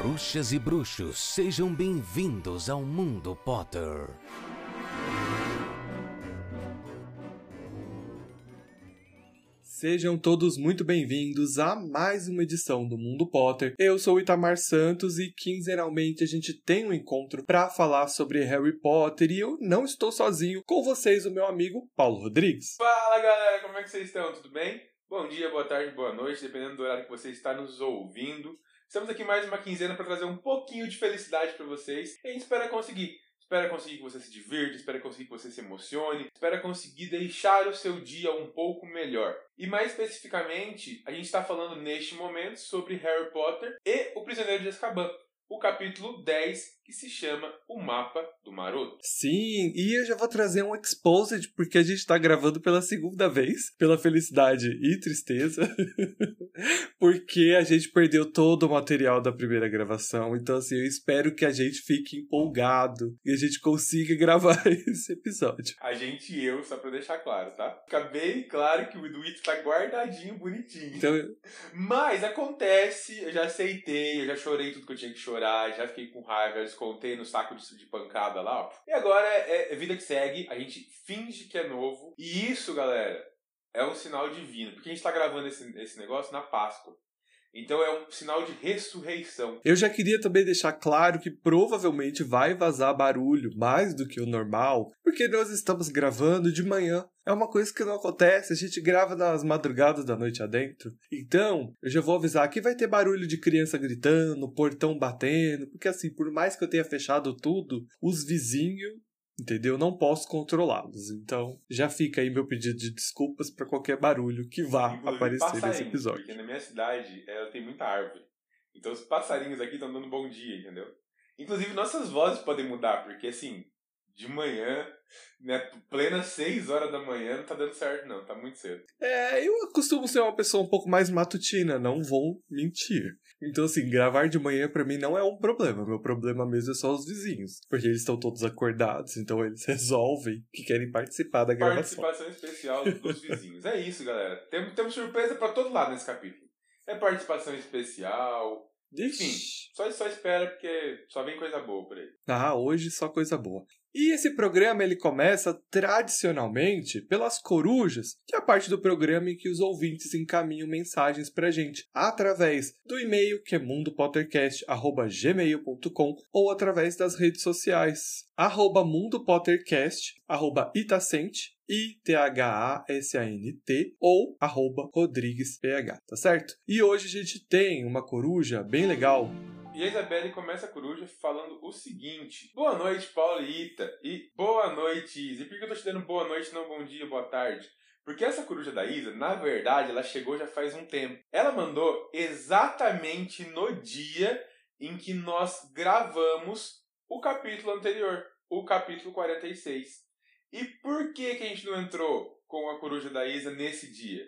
Bruxas e bruxos, sejam bem-vindos ao Mundo Potter. Sejam todos muito bem-vindos a mais uma edição do Mundo Potter. Eu sou o Itamar Santos e quinzenalmente a gente tem um encontro para falar sobre Harry Potter e eu não estou sozinho. Com vocês, o meu amigo Paulo Rodrigues. Fala galera, como é que vocês estão? Tudo bem? Bom dia, boa tarde, boa noite, dependendo do horário que você está nos ouvindo. Estamos aqui mais uma quinzena para trazer um pouquinho de felicidade para vocês e a gente espera conseguir. Espera conseguir que você se divirta, espera conseguir que você se emocione, espera conseguir deixar o seu dia um pouco melhor. E mais especificamente, a gente está falando neste momento sobre Harry Potter e o Prisioneiro de Azkaban, o capítulo 10, que se chama O Mapa do Maroto. Sim, e eu já vou trazer um exposed, porque a gente tá gravando pela segunda vez, pela felicidade e tristeza, porque a gente perdeu todo o material da primeira gravação, então assim, eu espero que a gente fique empolgado e a gente consiga gravar esse episódio. A gente e eu, só pra deixar claro, tá? Fica bem claro que o Duito tá guardadinho, bonitinho. Então, Mas acontece, eu já aceitei, eu já chorei tudo que eu tinha que chorar, já fiquei com raiva, eu descontei no saco de pancada lá, ó. E agora é vida que segue, a gente finge que é novo. E isso, galera, é um sinal divino, porque a gente tá gravando esse negócio na Páscoa. Então é um sinal de ressurreição. eu já queria também deixar claro que provavelmente vai vazar barulho mais do que o normal, porque nós estamos gravando de manhã. É uma coisa que não acontece, a gente grava nas madrugadas da noite adentro. Então, eu já vou avisar que vai ter barulho de criança gritando, portão batendo, porque assim, por mais que eu tenha fechado tudo, os vizinhos, entendeu? Não posso controlá-los. Então, já fica aí meu pedido de desculpas para qualquer barulho que vá aparecer nesse episódio. Porque na minha cidade, ela tem muita árvore. Então os passarinhos aqui estão dando bom dia, entendeu? Inclusive, nossas vozes podem mudar, porque assim, de manhã, né, plena 6 horas da manhã, não tá dando certo não, tá muito cedo. Eu costumo ser uma pessoa um pouco mais matutina, não vou mentir. Então, assim, gravar de manhã pra mim não é um problema. Meu problema mesmo é só os vizinhos. Porque eles estão todos acordados, então eles resolvem que querem participar da gravação. Participação especial dos vizinhos. É isso, galera. Temos surpresa pra todo lado nesse capítulo. É participação especial. Enfim, só espera porque só vem coisa boa por aí. Ah, hoje só coisa boa. E esse programa ele começa tradicionalmente pelas corujas, que é a parte do programa em que os ouvintes encaminham mensagens pra gente através do e-mail que é mundopottercast@gmail.com ou através das redes sociais @mundopottercast, @itacente ITHASANT ou @RodriguesPH, tá certo? E hoje a gente tem uma coruja bem legal. E a Isabelle começa a coruja falando o seguinte: boa noite, Paulo e Ita, e boa noite, Isa. E por que eu tô te dando boa noite, não bom dia, boa tarde? Porque essa coruja da Isa, na verdade, ela chegou já faz um tempo. Ela mandou exatamente no dia em que nós gravamos o capítulo anterior, o capítulo 46. E por que a gente não entrou com a coruja da Isa nesse dia?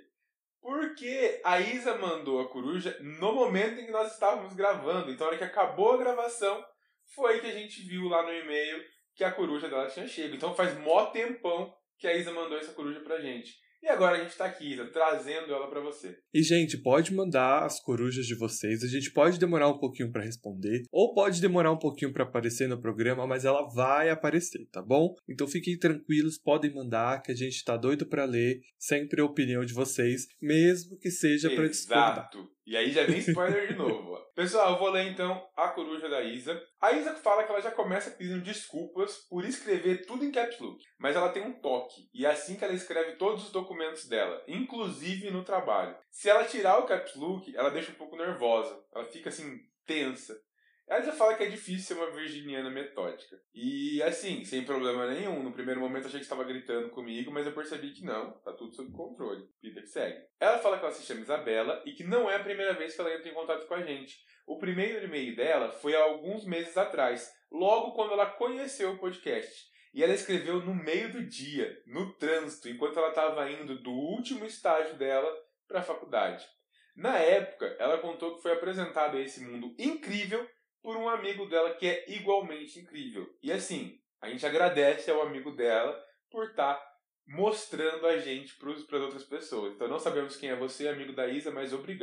Porque a Isa mandou a coruja no momento em que nós estávamos gravando. Então, na hora que acabou a gravação, foi que a gente viu lá no e-mail que a coruja dela tinha chego. Então, faz mó tempão que a Isa mandou essa coruja pra gente. E agora a gente tá aqui, Isa, trazendo ela pra você. E, gente, pode mandar as corujas de vocês. A gente pode demorar um pouquinho pra responder, ou pode demorar um pouquinho pra aparecer no programa, mas ela vai aparecer, tá bom? Então fiquem tranquilos, podem mandar, que a gente tá doido pra ler sempre a opinião de vocês, mesmo que seja pra discordar. Exato. E aí já vem spoiler de novo, ó. Pessoal, eu vou ler então a coruja da Isa. A Isa fala que ela já começa pedindo desculpas por escrever tudo em caps lock. Mas ela tem um toque. E é assim que ela escreve todos os documentos dela, inclusive no trabalho. Se ela tirar o caps lock, ela deixa um pouco nervosa. Ela fica assim, tensa. Ela já fala que é difícil ser uma virginiana metódica. E assim, sem problema nenhum. No primeiro momento eu achei que estava gritando comigo, mas eu percebi que não, tá tudo sob controle. Vida que segue. Ela fala que ela se chama Isabela e que não é a primeira vez que ela entra em contato com a gente. O primeiro e-mail dela foi há alguns meses atrás, logo quando ela conheceu o podcast. E ela escreveu no meio do dia, no trânsito, enquanto ela estava indo do último estágio dela para a faculdade. Na época, ela contou que foi apresentada a esse mundo incrível por um amigo dela que é igualmente incrível. E assim, a gente agradece ao amigo dela por estar mostrando a gente para as outras pessoas. Então não sabemos quem é você, amigo da Isa, mas obrigado.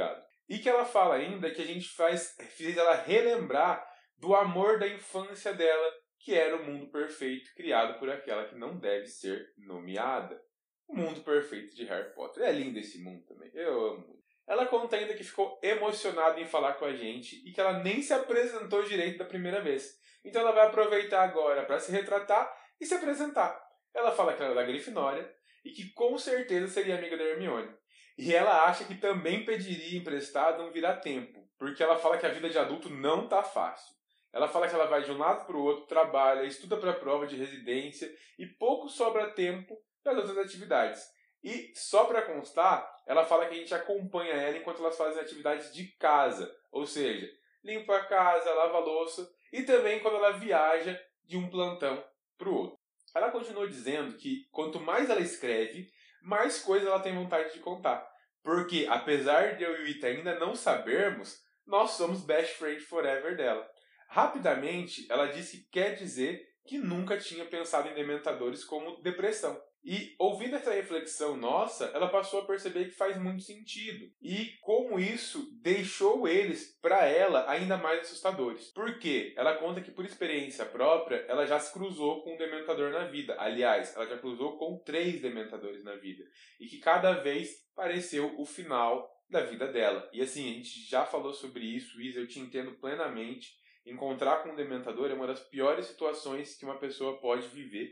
E que ela fala ainda que a gente fez ela relembrar do amor da infância dela, que era o mundo perfeito criado por aquela que não deve ser nomeada. O mundo perfeito de Harry Potter. É lindo esse mundo também. Eu amo. Ela conta ainda que ficou emocionada em falar com a gente e que ela nem se apresentou direito da primeira vez. Então ela vai aproveitar agora para se retratar e se apresentar. Ela fala que ela é da Grifinória e que com certeza seria amiga da Hermione. E ela acha que também pediria emprestado um vira-tempo, porque ela fala que a vida de adulto não tá fácil. Ela fala que ela vai de um lado para o outro, trabalha, estuda para a prova de residência e pouco sobra tempo para as outras atividades. E, só para constar, ela fala que a gente acompanha ela enquanto elas fazem atividades de casa, ou seja, limpa a casa, lava a louça e também quando ela viaja de um plantão para o outro. Ela continua dizendo que quanto mais ela escreve, mais coisas ela tem vontade de contar. Porque, apesar de eu e o Ita ainda não sabermos, nós somos best friend forever dela. Rapidamente, ela disse que quer dizer que nunca tinha pensado em dementadores como depressão. E, ouvindo essa reflexão nossa, ela passou a perceber que faz muito sentido. E como isso deixou eles, para ela, ainda mais assustadores. Por quê? Ela conta que, por experiência própria, ela já se cruzou com um dementador na vida. Aliás, ela já cruzou com 3 dementadores na vida. E que cada vez pareceu o final da vida dela. E assim, a gente já falou sobre isso, Isa, eu te entendo plenamente. Encontrar com um dementador é uma das piores situações que uma pessoa pode viver.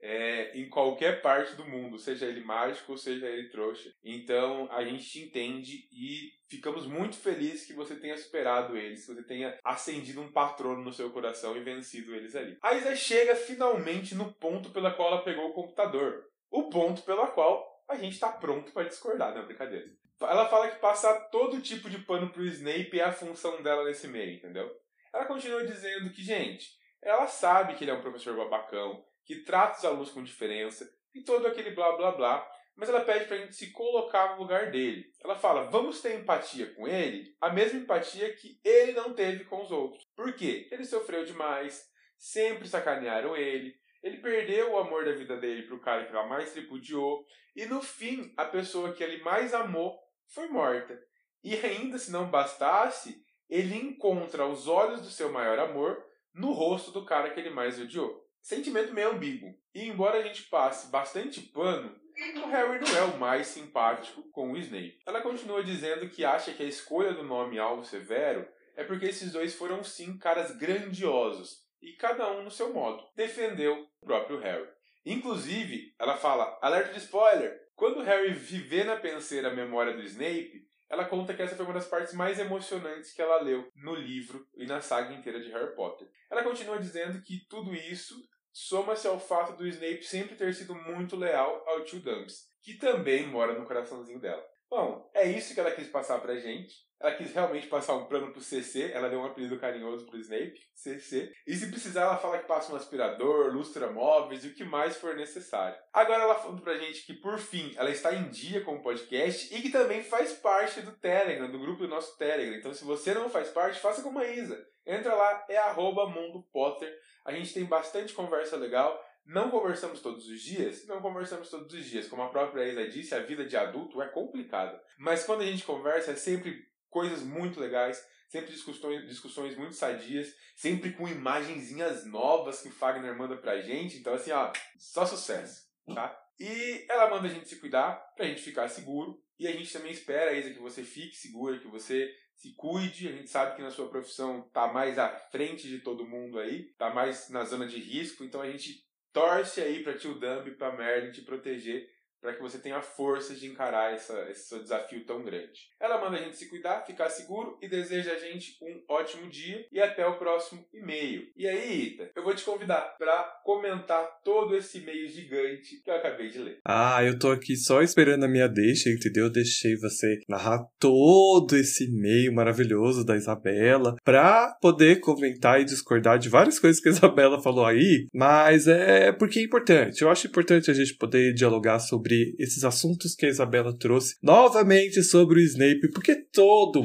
Em qualquer parte do mundo, seja ele mágico ou seja ele trouxa. Então a gente te entende e ficamos muito felizes que você tenha superado eles, que você tenha acendido um patrono no seu coração e vencido eles ali. A Isa chega finalmente no ponto pela qual ela pegou o computador, o ponto pela qual a gente está pronto para discordar, não é brincadeira. Ela fala que passar todo tipo de pano pro Snape é a função dela nesse meio, entendeu? Ela continua dizendo que, gente, ela sabe que ele é um professor babacão, que trata os alunos com diferença, e todo aquele blá blá blá, mas ela pede pra gente se colocar no lugar dele. Ela fala, vamos ter empatia com ele, a mesma empatia que ele não teve com os outros. Por quê? Ele sofreu demais, sempre sacanearam ele perdeu o amor da vida dele pro cara que ela mais tripudiou, e no fim, a pessoa que ele mais amou foi morta. E ainda se não bastasse, ele encontra os olhos do seu maior amor no rosto do cara que ele mais odiou. Sentimento meio ambíguo. E embora a gente passe bastante pano, o Harry não é o mais simpático com o Snape. Ela continua dizendo que acha que a escolha do nome Alvo Severo é porque esses dois foram sim caras grandiosos, e cada um no seu modo defendeu o próprio Harry. Inclusive, ela fala, alerta de spoiler, quando o Harry viver na penseira a memória do Snape, ela conta que essa foi uma das partes mais emocionantes que ela leu no livro e na saga inteira de Harry Potter. Ela continua dizendo que tudo isso soma-se ao fato do Snape sempre ter sido muito leal ao tio Dumps, que também mora no coraçãozinho dela. Bom, é isso que ela quis passar pra gente. Ela quis realmente passar um plano pro CC, ela deu um apelido carinhoso pro Snape, CC. E se precisar, ela fala que passa um aspirador, lustra móveis e o que mais for necessário. Agora ela falando pra gente que, por fim, ela está em dia com o podcast e que também faz parte do Telegram, do grupo do nosso Telegram. Então, se você não faz parte, faça como a Isa. Entra lá, é @mundopotter. A gente tem bastante conversa legal. Não conversamos todos os dias? Não conversamos todos os dias. Como a própria Isa disse, a vida de adulto é complicada. Mas quando a gente conversa, é sempre coisas muito legais, sempre discussões muito sadias, sempre com imagenzinhas novas que o Fagner manda pra gente. Então, assim, ó, só sucesso, tá? E ela manda a gente se cuidar pra gente ficar seguro. E a gente também espera, Isa, que você fique segura, que você se cuide. A gente sabe que na sua profissão tá mais à frente de todo mundo aí, tá mais na zona de risco. Então a gente torce aí pra tio Dumb e pra Merlin te proteger, para que você tenha força de encarar esse seu desafio tão grande. Ela manda a gente se cuidar, ficar seguro e deseja a gente um ótimo dia e até o próximo e-mail. E aí, Ita, eu vou te convidar para comentar todo esse e-mail gigante que eu acabei de ler. Eu tô aqui só esperando a minha deixa, entendeu? Eu deixei você narrar todo esse e-mail maravilhoso da Isabela pra poder comentar e discordar de várias coisas que a Isabela falou aí, mas é porque é importante. Eu acho importante a gente poder dialogar sobre esses assuntos que a Isabela trouxe novamente sobre o Snape, porque todo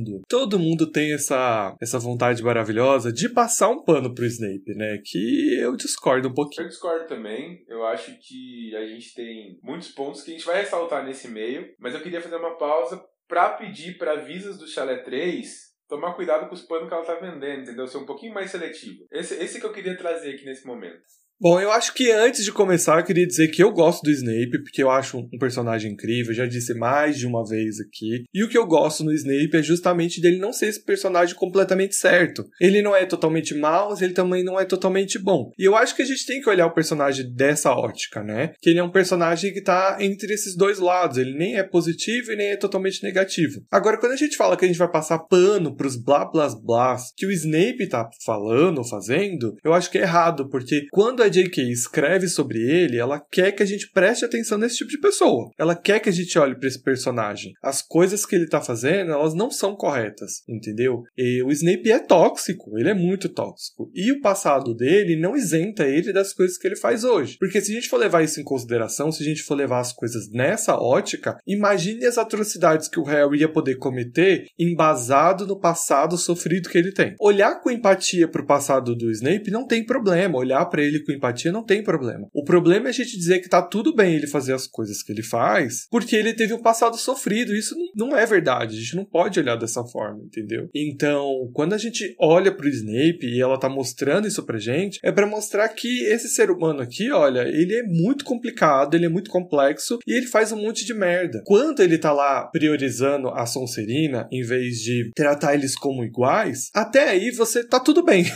mundo tem essa vontade maravilhosa de passar um pano pro Snape, né? Que eu discordo um pouquinho. Eu discordo também. Eu acho que a gente tem muitos pontos que a gente vai ressaltar nesse e-mail, mas eu queria fazer uma pausa pra pedir pra Visas do Chalé 3 tomar cuidado com os panos que ela tá vendendo, entendeu? Ser um pouquinho mais seletivo. Esse que eu queria trazer aqui nesse momento. Bom, eu acho que antes de começar, eu queria dizer que eu gosto do Snape, porque eu acho um personagem incrível, já disse mais de uma vez aqui. E o que eu gosto no Snape é justamente dele não ser esse personagem completamente certo. Ele não é totalmente mau, mas ele também não é totalmente bom. E eu acho que a gente tem que olhar o personagem dessa ótica, né? Que ele é um personagem que tá entre esses dois lados. Ele nem é positivo e nem é totalmente negativo. Agora, quando a gente fala que a gente vai passar pano pros blá blá blá que o Snape tá falando ou fazendo, eu acho que é errado, porque quando a J.K. escreve sobre ele, ela quer que a gente preste atenção nesse tipo de pessoa. Ela quer que a gente olhe para esse personagem. As coisas que ele tá fazendo, elas não são corretas, entendeu? E o Snape é tóxico, ele é muito tóxico. E o passado dele não isenta ele das coisas que ele faz hoje. Porque se a gente for levar isso em consideração, se a gente for levar as coisas nessa ótica, imagine as atrocidades que o Harry ia poder cometer embasado no passado sofrido que ele tem. Olhar com empatia pro passado do Snape não tem problema. Olhar para ele com empatia não tem problema. O problema é a gente dizer que tá tudo bem ele fazer as coisas que ele faz, porque ele teve um passado sofrido. Isso não é verdade. A gente não pode olhar dessa forma, entendeu? Então, quando a gente olha pro Snape e ela tá mostrando isso pra gente, é pra mostrar que esse ser humano aqui, olha, ele é muito complicado, ele é muito complexo e ele faz um monte de merda. Quando ele tá lá priorizando a Sonserina, em vez de tratar eles como iguais, até aí você tá tudo bem.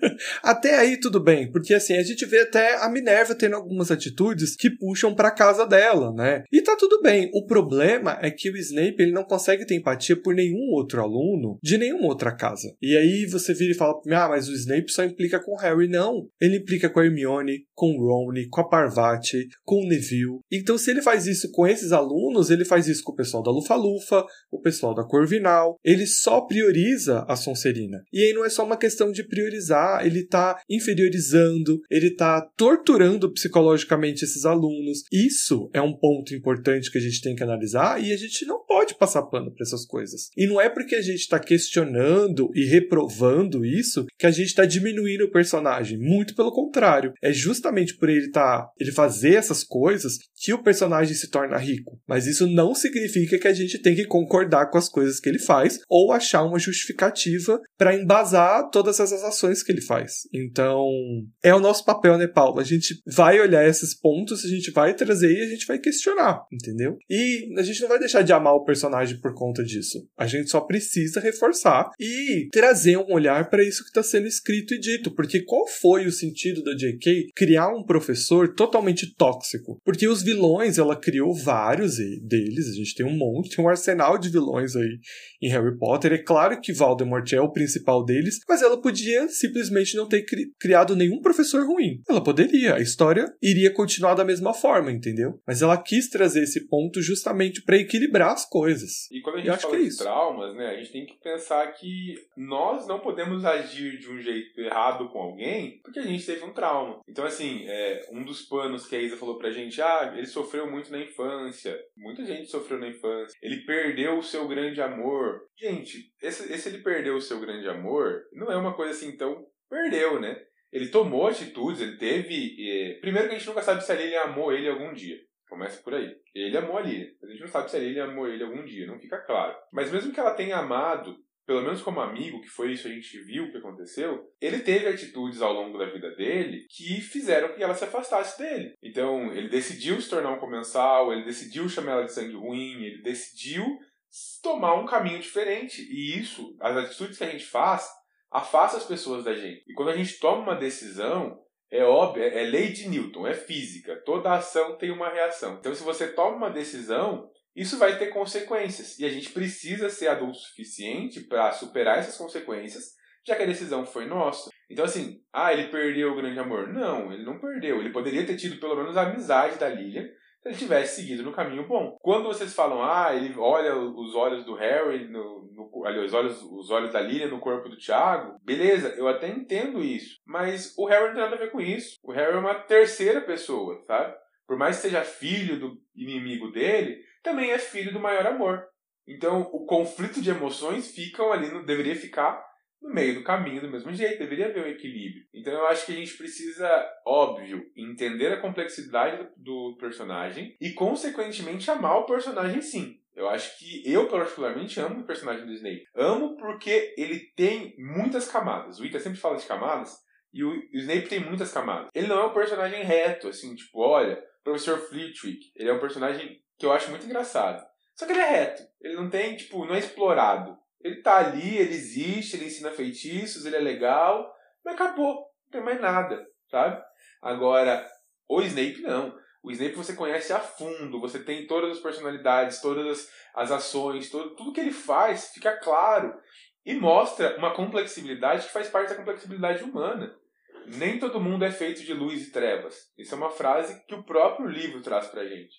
Até aí tudo bem, porque assim, a gente vê até a Minerva tendo algumas atitudes que puxam pra casa dela, né? E tá tudo bem. O problema é que o Snape, ele não consegue ter empatia por nenhum outro aluno de nenhuma outra casa. E aí você vira e fala, mas o Snape só implica com o Harry. Não. Ele implica com a Hermione, com o Ron, com a Parvati, com o Neville. Então se ele faz isso com esses alunos, ele faz isso com o pessoal da Lufa-Lufa, o pessoal da Corvinal. Ele só prioriza a Sonserina. E aí não é só uma questão de priorizar, ele tá inferiorizando, ele tá torturando psicologicamente esses alunos. Isso é um ponto importante que a gente tem que analisar e a gente não pode passar pano para essas coisas. E não é porque a gente tá questionando e reprovando isso que a gente tá diminuindo o personagem. Muito pelo contrário. É justamente por ele fazer essas coisas que o personagem se torna rico. Mas isso não significa que a gente tem que concordar com as coisas que ele faz ou achar uma justificativa para embasar todas essas ações que ele faz. Então, é o nosso papel, né, Paulo? A gente vai olhar esses pontos, a gente vai trazer e a gente vai questionar, entendeu? E a gente não vai deixar de amar o personagem por conta disso. A gente só precisa reforçar e trazer um olhar para isso que está sendo escrito e dito. Porque qual foi o sentido da J.K. criar um professor totalmente tóxico? Porque os vilões, ela criou vários deles, a gente tem um monte, tem um arsenal de vilões aí em Harry Potter. É claro que Voldemort é o principal deles, mas ela podia simplesmente não ter criado nenhum professor ruim. Ela poderia, a história iria continuar da mesma forma, entendeu? Mas ela quis trazer esse ponto justamente para equilibrar as coisas. E quando a gente fala de traumas, né, a gente tem que pensar que nós não podemos agir de um jeito errado com alguém porque a gente teve um trauma. Então, assim, um dos panos que a Isa falou pra gente, ele sofreu muito na infância. Muita gente sofreu na infância. Ele perdeu o seu grande amor. Gente, esse ele perdeu o seu grande amor não é uma coisa assim tão perdeu, né? Ele tomou atitudes, ele teve... Primeiro que a gente nunca sabe se a Lily amou ele algum dia. Começa por aí. Ele amou a Lily. A gente não sabe se a Lily amou ele algum dia. Não fica claro. Mas mesmo que ela tenha amado, pelo menos como amigo, que foi isso que a gente viu que aconteceu, ele teve atitudes ao longo da vida dele que fizeram que ela se afastasse dele. Então, ele decidiu se tornar um comensal, ele decidiu chamar ela de sangue ruim, ele decidiu tomar um caminho diferente. E isso, as atitudes que a gente faz, afasta as pessoas da gente. E quando a gente toma uma decisão, é óbvio, é lei de Newton, é física. Toda ação tem uma reação. Então, se você toma uma decisão, isso vai ter consequências. E a gente precisa ser adulto o suficiente para superar essas consequências, já que a decisão foi nossa. Então, assim, ele perdeu o grande amor. Não, ele não perdeu. Ele poderia ter tido pelo menos a amizade da Lilian, se ele tivesse seguido no caminho bom. Quando vocês falam, ele olha os olhos do Harry, os olhos da Lilian no corpo do Tiago, beleza, eu até entendo isso. Mas o Harry não tem nada a ver com isso. O Harry é uma terceira pessoa, sabe? Por mais que seja filho do inimigo dele, também é filho do maior amor. Então, o conflito de emoções deveria ficar no meio do caminho do mesmo jeito, deveria haver um equilíbrio. Então eu acho que a gente precisa, óbvio, entender a complexidade do personagem e, consequentemente, amar o personagem sim. Eu acho que eu, particularmente, amo o personagem do Snape. Amo porque ele tem muitas camadas. O Ika sempre fala de camadas, e o Snape tem muitas camadas. Ele não é um personagem reto, assim, tipo, olha, Professor Flitwick, ele é um personagem que eu acho muito engraçado. Só que ele é reto. Ele não tem, tipo, não é explorado. Ele tá ali, ele existe, ele ensina feitiços, ele é legal, mas acabou. Não tem mais nada, sabe? Agora, o Snape não. O Snape você conhece a fundo, você tem todas as personalidades, todas as ações, tudo que ele faz fica claro. E mostra uma complexibilidade que faz parte da complexibilidade humana. Nem todo mundo é feito de luz e trevas. Isso é uma frase que o próprio livro traz pra gente.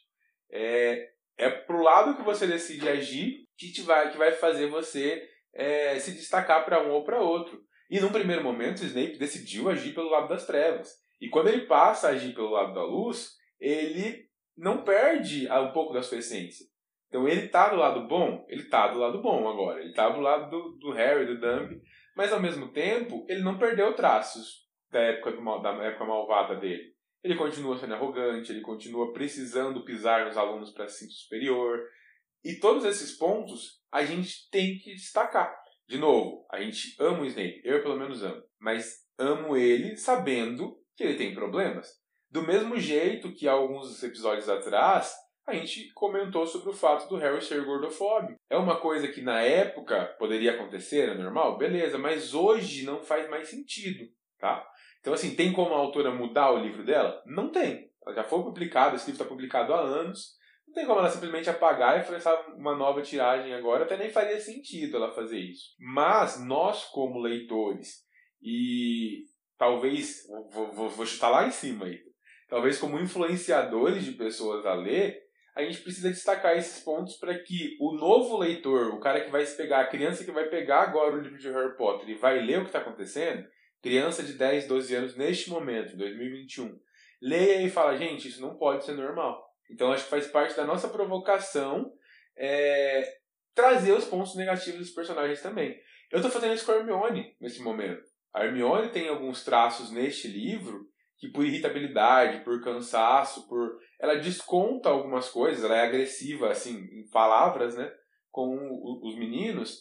É pro lado que você decide agir que vai fazer você se destacar para um ou para outro. E num primeiro momento, o Snape decidiu agir pelo lado das trevas. E quando ele passa a agir pelo lado da luz, ele não perde um pouco da sua essência. Então ele tá do lado bom? Ele tá do lado bom agora. Ele tá do lado do Harry, do Dumb. Mas ao mesmo tempo, ele não perdeu traços da época malvada dele. Ele continua sendo arrogante, ele continua precisando pisar nos alunos para se sentir superior. E todos esses pontos a gente tem que destacar. De novo, a gente ama o Snape. Eu pelo menos amo. Mas amo ele sabendo que ele tem problemas. Do mesmo jeito que alguns episódios atrás, a gente comentou sobre o fato do Harry ser gordofóbico. É uma coisa que na época poderia acontecer, é normal? Beleza, mas hoje não faz mais sentido, tá? Então assim, tem como a autora mudar o livro dela? Não tem. Ela já foi publicada, esse livro está publicado há anos. Não tem como ela simplesmente apagar e fazer uma nova tiragem agora. Até nem faria sentido ela fazer isso. Mas nós, como leitores, e talvez, vou chutar lá em cima aí, talvez como influenciadores de pessoas a ler, a gente precisa destacar esses pontos para que o novo leitor, o cara que vai se pegar, a criança que vai pegar agora o livro de Harry Potter e vai ler o que está acontecendo, criança de 10, 12 anos neste momento, 2021, leia e fala, gente, isso não pode ser normal. Então acho que faz parte da nossa provocação trazer os pontos negativos dos personagens também. Eu estou fazendo isso com a Hermione nesse momento. A Hermione tem alguns traços neste livro que por irritabilidade, por cansaço, ela desconta algumas coisas, ela é agressiva, assim, em palavras, né, com os meninos,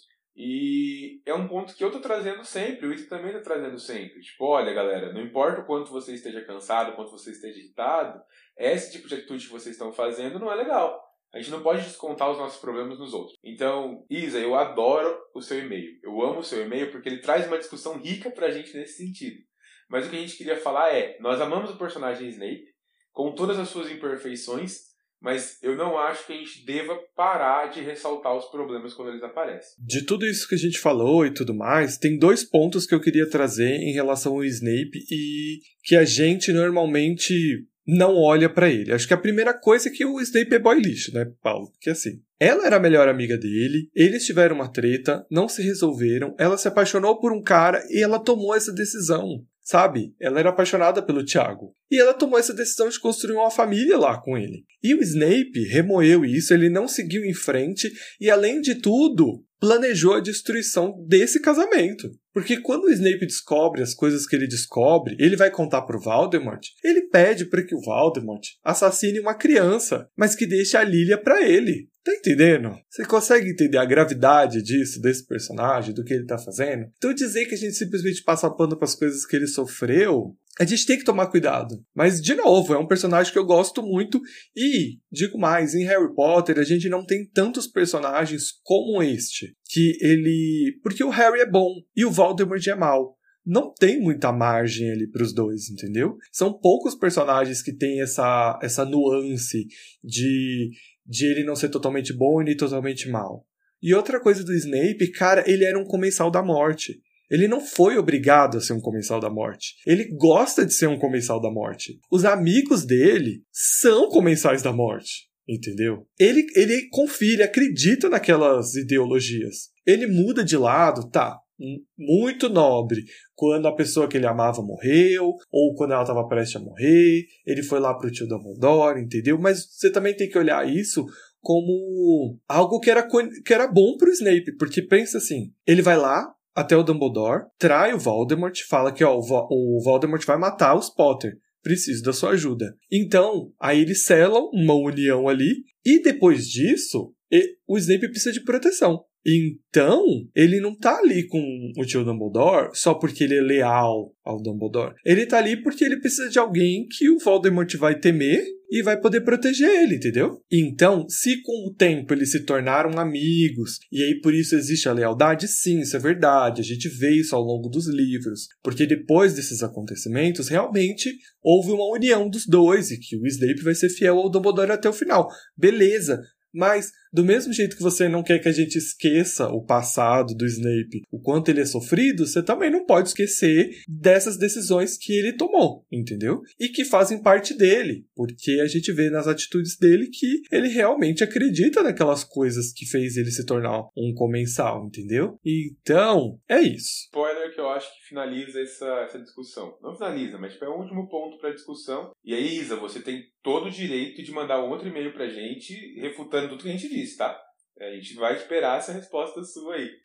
e é um ponto que eu tô trazendo sempre, o Ito também tá trazendo sempre. Tipo, olha, galera, não importa o quanto você esteja cansado, o quanto você esteja irritado, esse tipo de atitude que vocês estão fazendo não é legal. A gente não pode descontar os nossos problemas nos outros. Então, Isa, eu adoro o seu e-mail. Eu amo o seu e-mail porque ele traz uma discussão rica pra gente nesse sentido. Mas o que a gente queria falar nós amamos o personagem Snape, com todas as suas imperfeições, mas eu não acho que a gente deva parar de ressaltar os problemas quando eles aparecem. De tudo isso que a gente falou e tudo mais, tem 2 pontos que eu queria trazer em relação ao Snape e que a gente normalmente não olha pra ele. Acho que a primeira coisa é que o Snape é boy lixo, né, Paulo? Porque assim, ela era a melhor amiga dele, eles tiveram uma treta, não se resolveram, ela se apaixonou por um cara e ela tomou essa decisão. Sabe? Ela era apaixonada pelo Tiago. E ela tomou essa decisão de construir uma família lá com ele. E o Snape remoeu isso, ele não seguiu em frente e, além de tudo, planejou a destruição desse casamento. Porque quando o Snape descobre as coisas que ele descobre, ele vai contar pro Voldemort, ele pede para que o Voldemort assassine uma criança, mas que deixe a Lilia pra ele. Tá entendendo? Você consegue entender a gravidade disso, desse personagem, do que ele tá fazendo? Então dizer que a gente simplesmente passa pano pras coisas que ele sofreu, a gente tem que tomar cuidado. Mas, de novo, é um personagem que eu gosto muito e, digo mais, em Harry Potter a gente não tem tantos personagens como este. Porque o Harry é bom e o Voldemort é mau. Não tem muita margem ali pros dois, entendeu? São poucos personagens que têm essa nuance de ele não ser totalmente bom e nem totalmente mal. E outra coisa do Snape, cara, ele era um comensal da morte. Ele não foi obrigado a ser um comensal da morte. Ele gosta de ser um comensal da morte. Os amigos dele são comensais da morte, entendeu? Ele confia, ele acredita naquelas ideologias. Ele muda de lado, tá, muito nobre, quando a pessoa que ele amava morreu, ou quando ela estava prestes a morrer, ele foi lá pro tio Dumbledore, entendeu? Mas você também tem que olhar isso como algo que era bom pro Snape, porque pensa assim, ele vai lá até o Dumbledore, trai o Voldemort, fala que o Voldemort vai matar os Potter, preciso da sua ajuda. Então, aí eles selam uma união ali, e depois disso, o Snape precisa de proteção. Então, ele não tá ali com o tio Dumbledore só porque ele é leal ao Dumbledore. Ele tá ali porque ele precisa de alguém que o Voldemort vai temer e vai poder proteger ele, entendeu? Então, se com o tempo eles se tornaram amigos, e aí por isso existe a lealdade, sim, isso é verdade, a gente vê isso ao longo dos livros, porque depois desses acontecimentos, realmente houve uma união dos dois, e que o Snape vai ser fiel ao Dumbledore até o final. Beleza. Mas, do mesmo jeito que você não quer que a gente esqueça o passado do Snape, o quanto ele é sofrido, você também não pode esquecer dessas decisões que ele tomou, entendeu? E que fazem parte dele, porque a gente vê nas atitudes dele que ele realmente acredita naquelas coisas que fez ele se tornar um comensal, entendeu? Então, é isso. Spoiler que eu acho que finaliza essa discussão. Não finaliza, mas é o último ponto para a discussão. E aí, Isa, você tem todo o direito de mandar um outro e-mail pra gente refutando tudo que a gente disse, tá? A gente vai esperar essa resposta sua aí.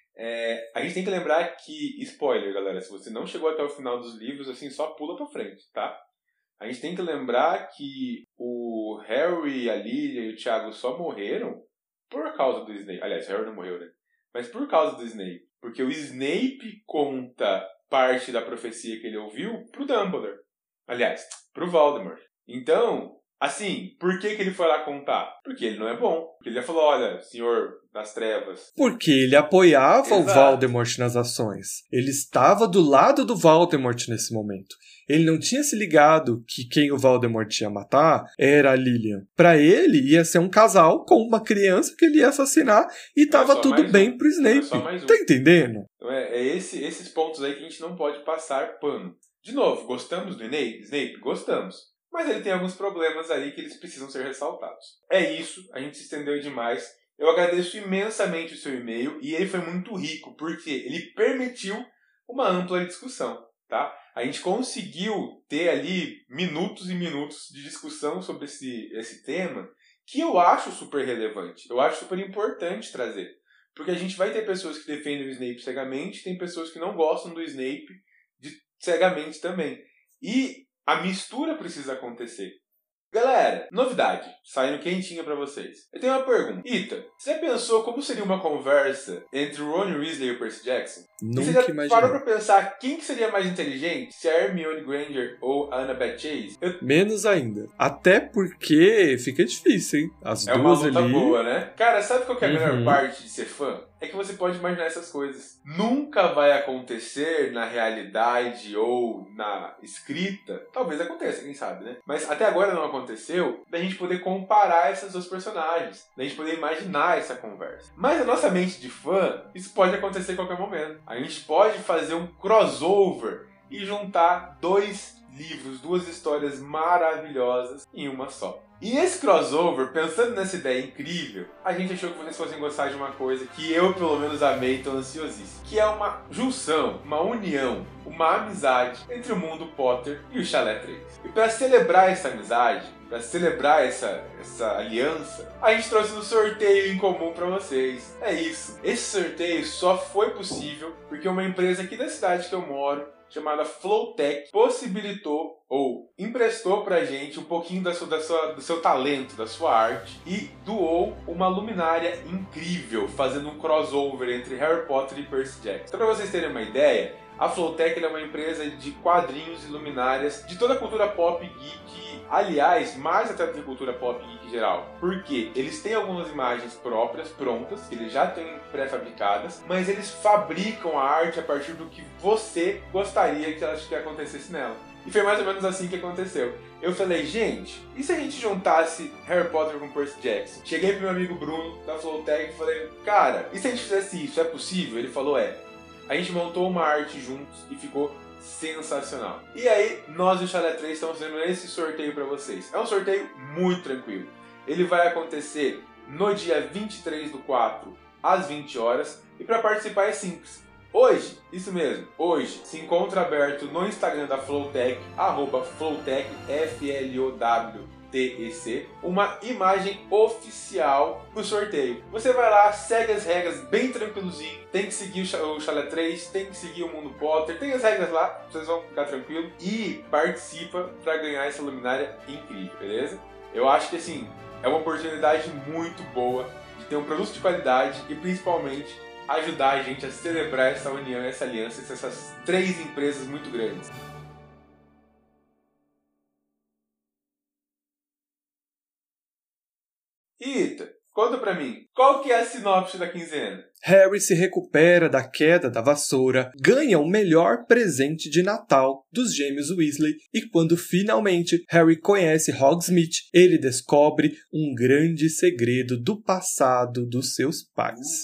A gente tem que lembrar que, spoiler, galera, se você não chegou até o final dos livros, assim, só pula pra frente, tá? A gente tem que lembrar que o Harry, a Lily e o Thiago só morreram por causa do Snape. Aliás, o Harry não morreu, né? Mas por causa do Snape. Porque o Snape conta parte da profecia que ele ouviu pro Dumbledore. Aliás, pro Voldemort. Então, assim, por que ele foi lá contar? Porque ele não é bom. Porque ele já falou, olha, senhor das trevas. Porque ele apoiava Exato. o Voldemort nas ações. Ele estava do lado do Voldemort nesse momento. Ele não tinha se ligado que quem o Voldemort ia matar era a Lilian. Pra ele, ia ser um casal com uma criança que ele ia assassinar e tava tudo bem pro Snape. Tá entendendo? Então esses pontos aí que a gente não pode passar pano. De novo, gostamos do Snape? Gostamos. Mas ele tem alguns problemas aí que eles precisam ser ressaltados. É isso, a gente se estendeu demais. Eu agradeço imensamente o seu e-mail e ele foi muito rico, porque ele permitiu uma ampla discussão, tá? A gente conseguiu ter ali minutos e minutos de discussão sobre esse tema, que eu acho super relevante, eu acho super importante trazer. Porque a gente vai ter pessoas que defendem o Snape cegamente, tem pessoas que não gostam do Snape cegamente também. E a mistura precisa acontecer. Galera, novidade, saindo quentinha pra vocês. Eu tenho uma pergunta. Ita, você pensou como seria uma conversa entre o Ron Weasley e o Percy Jackson? Nunca você já imaginei. parou pra pensar quem que seria mais inteligente? Se a Hermione Granger ou a Annabeth Chase? Menos ainda. Até porque fica difícil, hein? As É uma duas luta ali... boa, né? Cara, sabe qual que é a melhor parte de ser fã? É que você pode imaginar essas coisas. Nunca vai acontecer na realidade ou na escrita. Talvez aconteça, quem sabe, né? Mas até agora não aconteceu da gente poder comparar essas duas personagens. Da gente poder imaginar essa conversa. Mas a nossa mente de fã, isso pode acontecer em qualquer momento. A gente pode fazer um crossover e juntar dois livros, duas histórias maravilhosas em uma só. E esse crossover, pensando nessa ideia incrível, a gente achou que vocês fossem gostar de uma coisa que eu, pelo menos, amei e tô ansiosíssimo. Que é uma junção, uma união, uma amizade entre o mundo Potter e o Chalé 3. E para celebrar essa amizade, para celebrar essa aliança, a gente trouxe um sorteio em comum para vocês. É isso. Esse sorteio só foi possível porque uma empresa aqui da cidade que eu moro, chamada Flowtech, possibilitou ou emprestou pra gente um pouquinho do seu talento, da sua arte, e doou uma luminária incrível, fazendo um crossover entre Harry Potter e Percy Jackson. Então, pra vocês terem uma ideia, a Flowtech é uma empresa de quadrinhos e luminárias de toda a cultura pop geek, aliás, mais até da cultura pop geek geral. Porque eles têm algumas imagens próprias, prontas, que eles já têm pré-fabricadas, mas eles fabricam a arte a partir do que você gostaria que acontecesse nela. E foi mais ou menos assim que aconteceu. Eu falei, gente, e se a gente juntasse Harry Potter com Percy Jackson? Cheguei pro meu amigo Bruno, da Flowtech, e falei, cara, e se a gente fizesse isso? É possível? Ele falou, é. A gente montou uma arte juntos e ficou sensacional. E aí, nós e o Chalé 3 estamos fazendo esse sorteio para vocês. É um sorteio muito tranquilo. Ele vai acontecer no dia 23/4, às 20 horas. E para participar é simples. Hoje, isso mesmo, hoje, se encontra aberto no Instagram da Flowtech, @Flowtech, FLOWTEC, uma imagem oficial do sorteio. Você vai lá, segue as regras bem tranquilozinho, tem que seguir o Chalé 3, tem que seguir o Mundo Potter, tem as regras lá, vocês vão ficar tranquilos, e participa para ganhar essa luminária incrível, beleza? Eu acho que assim, é uma oportunidade muito boa de ter um produto de qualidade e, principalmente, ajudar a gente a celebrar essa união, essa aliança, essas 3 empresas muito grandes. Ita, conta pra mim, qual que é a sinopse da quinzena? Harry se recupera da queda da vassoura, ganha o melhor presente de Natal dos gêmeos Weasley e quando finalmente Harry conhece Hogsmeade, ele descobre um grande segredo do passado dos seus pais.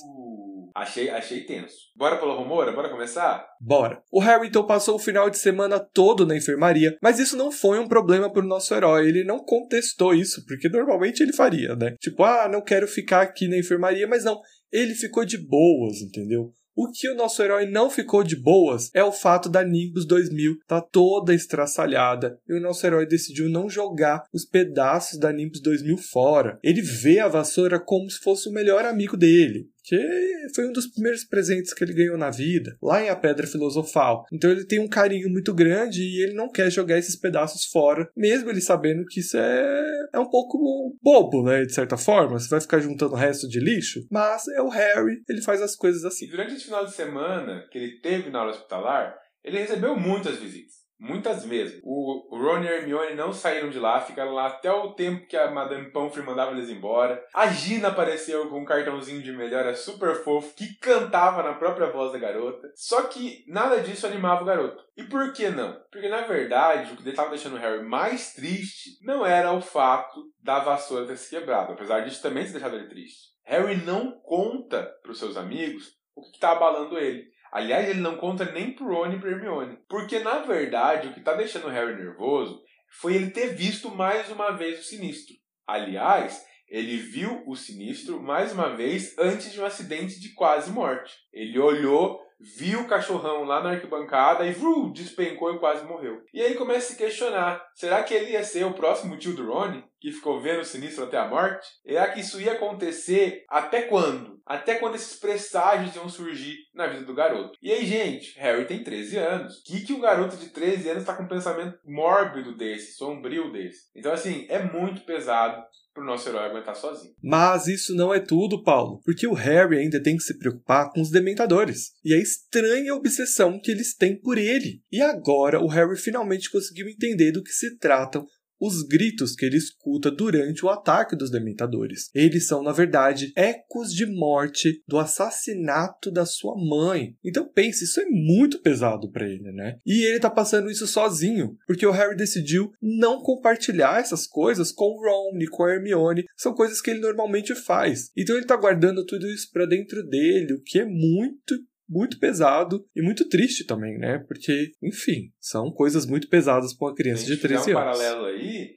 Achei tenso. Bora pela rumora? Bora começar? Bora. O Harry então passou o final de semana todo na enfermaria, mas isso não foi um problema pro nosso herói. Ele não contestou isso, porque normalmente ele faria, né? Tipo, não quero ficar aqui na enfermaria, mas não. Ele ficou de boas, entendeu? O que o nosso herói não ficou de boas é o fato da Nimbus 2000 tá toda estraçalhada e o nosso herói decidiu não jogar os pedaços da Nimbus 2000 fora. Ele vê a vassoura como se fosse o melhor amigo dele, que foi um dos primeiros presentes que ele ganhou na vida, lá em A Pedra Filosofal. Então ele tem um carinho muito grande e ele não quer jogar esses pedaços fora, mesmo ele sabendo que isso é um pouco bobo, né, de certa forma. Você vai ficar juntando o resto de lixo, mas é o Harry, ele faz as coisas assim. E durante esse final de semana que ele teve na aula hospitalar, ele recebeu muitas visitas. Muitas mesmo. O Ron e a Hermione não saíram de lá, ficaram lá até o tempo que a Madame Pomfrey mandava eles embora. A Gina apareceu com um cartãozinho de melhora super fofo, que cantava na própria voz da garota. Só que nada disso animava o garoto. E por que não? Porque na verdade, o que estava deixando o Harry mais triste não era o fato da vassoura ter se quebrado, apesar disso também ter deixado ele triste. Harry não conta para os seus amigos o que está abalando ele. Aliás, ele não conta nem pro Ron e pro Hermione. Porque, na verdade, o que tá deixando o Harry nervoso foi ele ter visto mais uma vez o Sinistro. Aliás, ele viu o Sinistro mais uma vez antes de um acidente de quase morte. Ele olhou, viu o cachorrão lá na arquibancada e despencou e quase morreu. E aí começa a se questionar, será que ele ia ser o próximo tio do Ron, que ficou vendo o Sinistro até a morte? Será que isso ia acontecer até quando? Até quando esses presságios iam surgir na vida do garoto? E aí, gente, Harry tem 13 anos. O que um garoto de 13 anos está com um pensamento mórbido desse, sombrio desse? Então, assim, é muito pesado pro nosso herói aguentar sozinho. Mas isso não é tudo, Paulo, porque o Harry ainda tem que se preocupar com os Dementadores e a estranha obsessão que eles têm por ele. E agora o Harry finalmente conseguiu entender do que se tratam os gritos que ele escuta durante o ataque dos Dementadores. Eles são, na verdade, ecos de morte do assassinato da sua mãe. Então pense, isso é muito pesado pra ele, né? E ele tá passando isso sozinho, porque o Harry decidiu não compartilhar essas coisas com o Ron e com a Hermione. São coisas que ele normalmente faz. Então ele tá guardando tudo isso pra dentro dele, o que é muito pesado e muito triste também, né? Porque, enfim, são coisas muito pesadas para uma criança de 13 anos. Se um paralelo aí,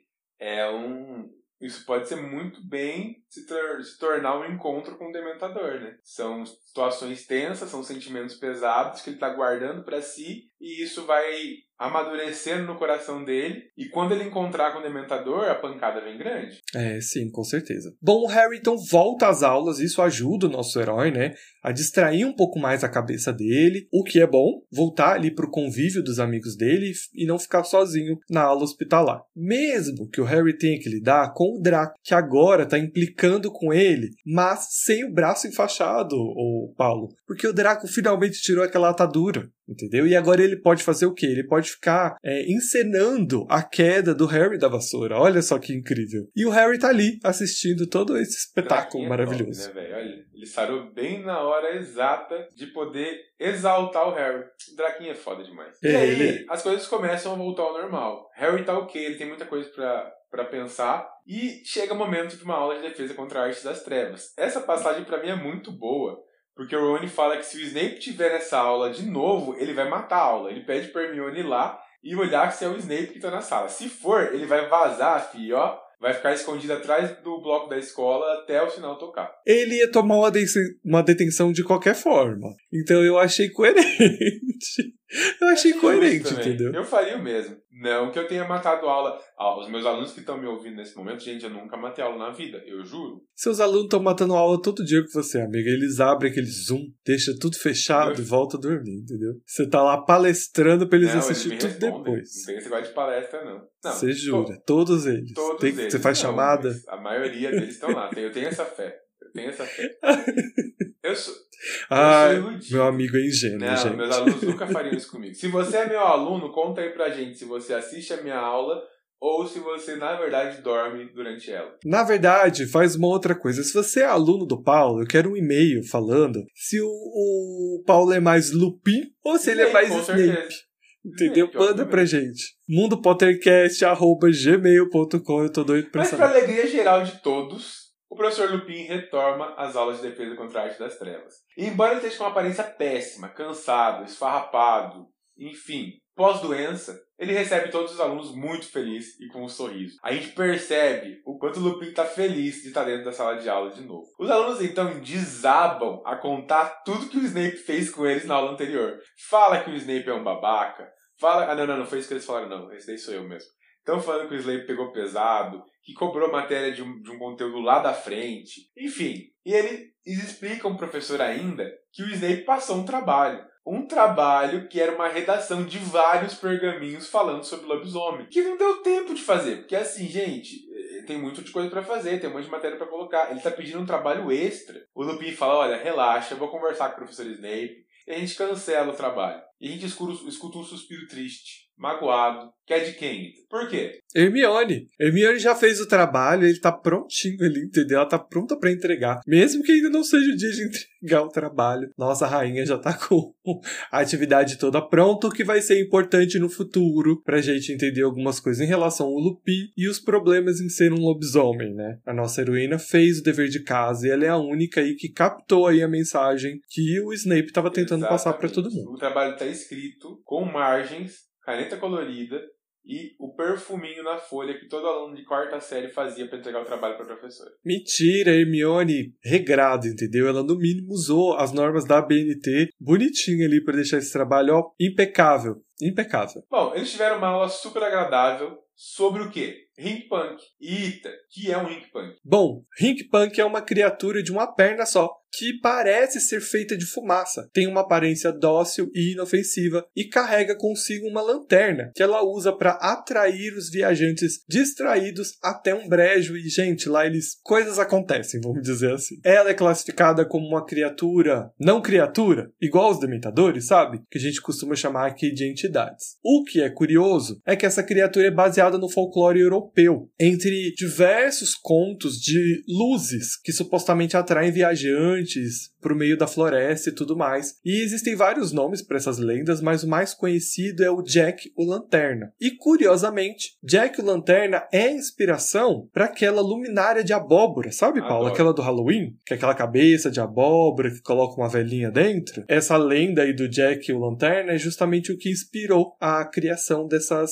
isso pode ser muito bem se tornar um encontro com o Dementador, né? São situações tensas, são sentimentos pesados que ele tá guardando para si e isso vai amadurecendo no coração dele e quando ele encontrar com o Dementador, a pancada vem grande. Sim, com certeza. Bom, o Harry então volta às aulas, isso ajuda o nosso herói, né, a distrair um pouco mais a cabeça dele, o que é bom, voltar ali pro convívio dos amigos dele e não ficar sozinho na aula hospitalar. Mesmo que o Harry tenha que lidar com o Draco, que agora tá implicando com ele, mas sem o braço enfaixado, o Paulo, porque o Draco finalmente tirou aquela atadura, entendeu? E agora ele pode fazer o quê? Ele pode ficar encenando a queda do Harry da vassoura. Olha só que incrível. E o Harry tá ali assistindo todo esse espetáculo maravilhoso. Top, né, velho? Olha, ele sarou bem na hora exata de poder exaltar o Harry. O Draquinho é foda demais. E aí, as coisas começam a voltar ao normal. Harry tá ok, ele tem muita coisa pra pensar. E chega o momento de uma aula de defesa contra a arte das trevas. Essa passagem pra mim é muito boa. Porque o Ron fala que se o Snape tiver nessa aula de novo, ele vai matar a aula. Ele pede pra Hermione ir lá e olhar se é o Snape que tá na sala. Se for, ele vai vazar, filho, ó. Vai ficar escondido atrás do bloco da escola até o sinal tocar. Ele ia tomar uma detenção de qualquer forma. Então eu achei coerente. Eu achei coerente, entendeu? Eu faria o mesmo. Não que eu tenha matado aula. Os meus alunos que estão me ouvindo nesse momento, gente, eu nunca matei aula na vida, eu juro. Seus alunos estão matando aula todo dia com você, amiga. Eles abrem aquele Zoom, deixa tudo fechado e volta a dormir, entendeu? Você tá lá palestrando pra eles assistirem tudo depois. Não tem esse negócio de palestra, não. Você jura, todos eles. Todos eles. Você faz chamada? A maioria deles estão lá, eu tenho essa fé. tenho essa fé. Eu sou iludido. Meu amigo é ingênuo, não, gente. Meus alunos nunca fariam isso comigo. Se você é meu aluno, conta aí pra gente se você assiste a minha aula ou se você, na verdade, dorme durante ela. Na verdade, faz uma outra coisa. Se você é aluno do Paulo, eu quero um e-mail falando se o Paulo é mais Lupin ou se ele é mais Snape. Entendeu? Manda pra gente. mundopottercast@gmail.com. Eu tô doido pra saber. Mas pra alegria geral de todos, o professor Lupin retoma às aulas de defesa contra a arte das trevas. E embora ele esteja com uma aparência péssima, cansado, esfarrapado, enfim, pós-doença, ele recebe todos os alunos muito feliz e com um sorriso. A gente percebe o quanto o Lupin está feliz de estar dentro da sala de aula de novo. Os alunos então desabam a contar tudo que o Snape fez com eles na aula anterior. Fala que o Snape é um babaca. Fala... não foi isso que eles falaram, não. Esse daí sou eu mesmo. Estão falando que o Snape pegou pesado, que cobrou matéria de um conteúdo lá da frente. Enfim, e eles explicam pro professor ainda que o Snape passou um trabalho. Um trabalho que era uma redação de vários pergaminhos falando sobre lobisomem. Que não deu tempo de fazer. Porque assim, gente, tem muita coisa pra fazer, tem um monte de matéria pra colocar. Ele tá pedindo um trabalho extra. O Lupin fala, olha, relaxa, eu vou conversar com o professor Snape. E a gente cancela o trabalho. E a gente escuta um suspiro triste, magoado, que é de quem? Por quê? Hermione já fez o trabalho, ele tá prontinho ali, entendeu? Ela tá pronta pra entregar. Mesmo que ainda não seja o dia de entregar o trabalho. Nossa rainha já tá com a atividade toda pronta, o que vai ser importante no futuro pra gente entender algumas coisas em relação ao Lupin e os problemas em ser um lobisomem, né? A nossa heroína fez o dever de casa e ela é a única aí que captou aí a mensagem que o Snape tava tentando passar pra todo mundo. O trabalho tá escrito com margens, caneta colorida e o perfuminho na folha que todo aluno de quarta série fazia para entregar o trabalho para a professora. Mentira, Hermione regrado, entendeu? Ela no mínimo usou as normas da ABNT bonitinho ali para deixar esse trabalho, ó, impecável. Impecável. Bom, eles tiveram uma aula super agradável sobre o quê? Ring Punk. Eita, que é um Ring Punk? Bom, Ring Punk é uma criatura de uma perna só, que parece ser feita de fumaça. Tem uma aparência dócil e inofensiva e carrega consigo uma lanterna que ela usa para atrair os viajantes distraídos até um brejo e, gente, lá coisas acontecem, vamos dizer assim. Ela é classificada como uma criatura, não criatura, igual os dementadores, sabe? Que a gente costuma chamar aqui de entidades. O que é curioso é que essa criatura é baseada no folclore europeu, entre diversos contos de luzes que supostamente atraem viajantes pro meio da floresta e tudo mais. E existem vários nomes para essas lendas, mas o mais conhecido é o Jack o Lanterna. E curiosamente, Jack o Lanterna é inspiração para aquela luminária de abóbora, sabe, Paulo? Adoro. Aquela do Halloween, que é aquela cabeça de abóbora que coloca uma velhinha dentro. Essa lenda aí do Jack o Lanterna é justamente o que inspirou a criação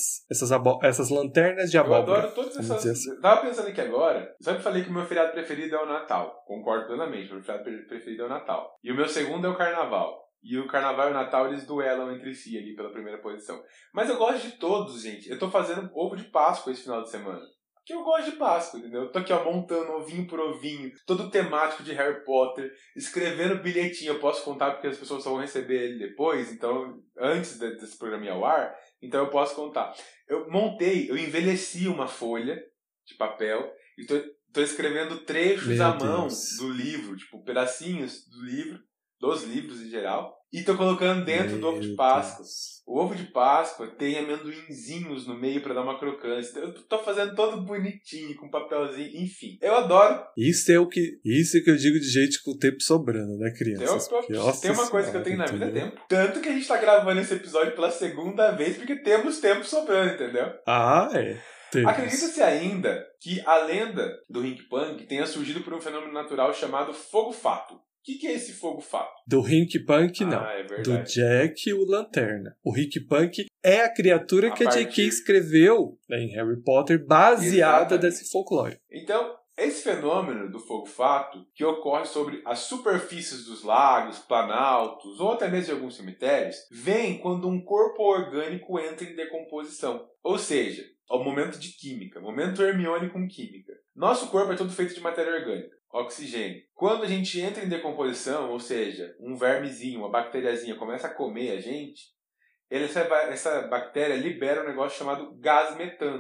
essas lanternas de abóbora. Eu adoro todas essas... Assim. Tava pensando aqui agora, eu sempre falei que o meu feriado preferido é o Natal. Concordo plenamente, o meu feriado preferido é o Natal. E o meu segundo é o Carnaval. E o Carnaval e o Natal, eles duelam entre si ali pela primeira posição. Mas eu gosto de todos, gente. Eu tô fazendo ovo de Páscoa esse final de semana. Porque eu gosto de Páscoa, entendeu? Eu tô aqui, ó, montando ovinho por ovinho, todo temático de Harry Potter, escrevendo bilhetinho. Eu posso contar porque as pessoas só vão receber ele depois, então, antes desse programa ir ao ar, então eu posso contar. Eu envelheci uma folha de papel e tô escrevendo trechos à mão do livro, tipo, pedacinhos do livro, dos livros em geral, e tô colocando dentro do ovo de Páscoa. O ovo de Páscoa tem amendoinzinhos no meio pra dar uma crocância. Eu tô fazendo todo bonitinho, com papelzinho, enfim. Eu adoro. Isso é que eu digo de gente com o tempo sobrando, né, crianças? Tem uma coisa que eu tenho na vida, é tempo. Tanto que a gente tá gravando esse episódio pela segunda vez, porque temos tempo sobrando, entendeu? Ah, é. Acredita-se ainda que a lenda do Ring Punk tenha surgido por um fenômeno natural chamado fogo-fato. O que é esse fogo-fato? Do Rink Punk, não. É verdade. Do Jack o Lanterna. O Rink Punk é a criatura que a J.K. escreveu, né, em Harry Potter, baseada desse folclore. Então, esse fenômeno do fogo-fato, que ocorre sobre as superfícies dos lagos, planaltos ou até mesmo de alguns cemitérios, vem quando um corpo orgânico entra em decomposição. Ou seja, ao momento de química, momento Hermione com química. Nosso corpo é todo feito de matéria orgânica, oxigênio. Quando a gente entra em decomposição, ou seja, um vermezinho, uma bacteriazinha começa a comer a gente, essa bactéria libera um negócio chamado gás metano.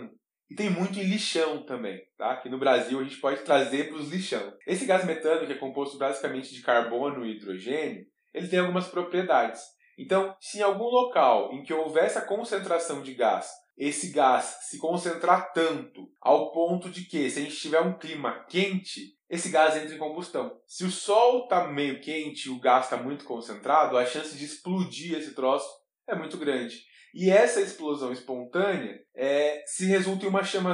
E tem muito em lixão também, tá? Que no Brasil a gente pode trazer para os lixão. Esse gás metano, que é composto basicamente de carbono e hidrogênio, ele tem algumas propriedades. Então, se em algum local em que houver essa concentração de gás, esse gás se concentrar tanto ao ponto de que, se a gente tiver um clima quente, esse gás entra em combustão. Se o sol está meio quente e o gás está muito concentrado, a chance de explodir esse troço é muito grande. E essa explosão espontânea se resulta em uma chama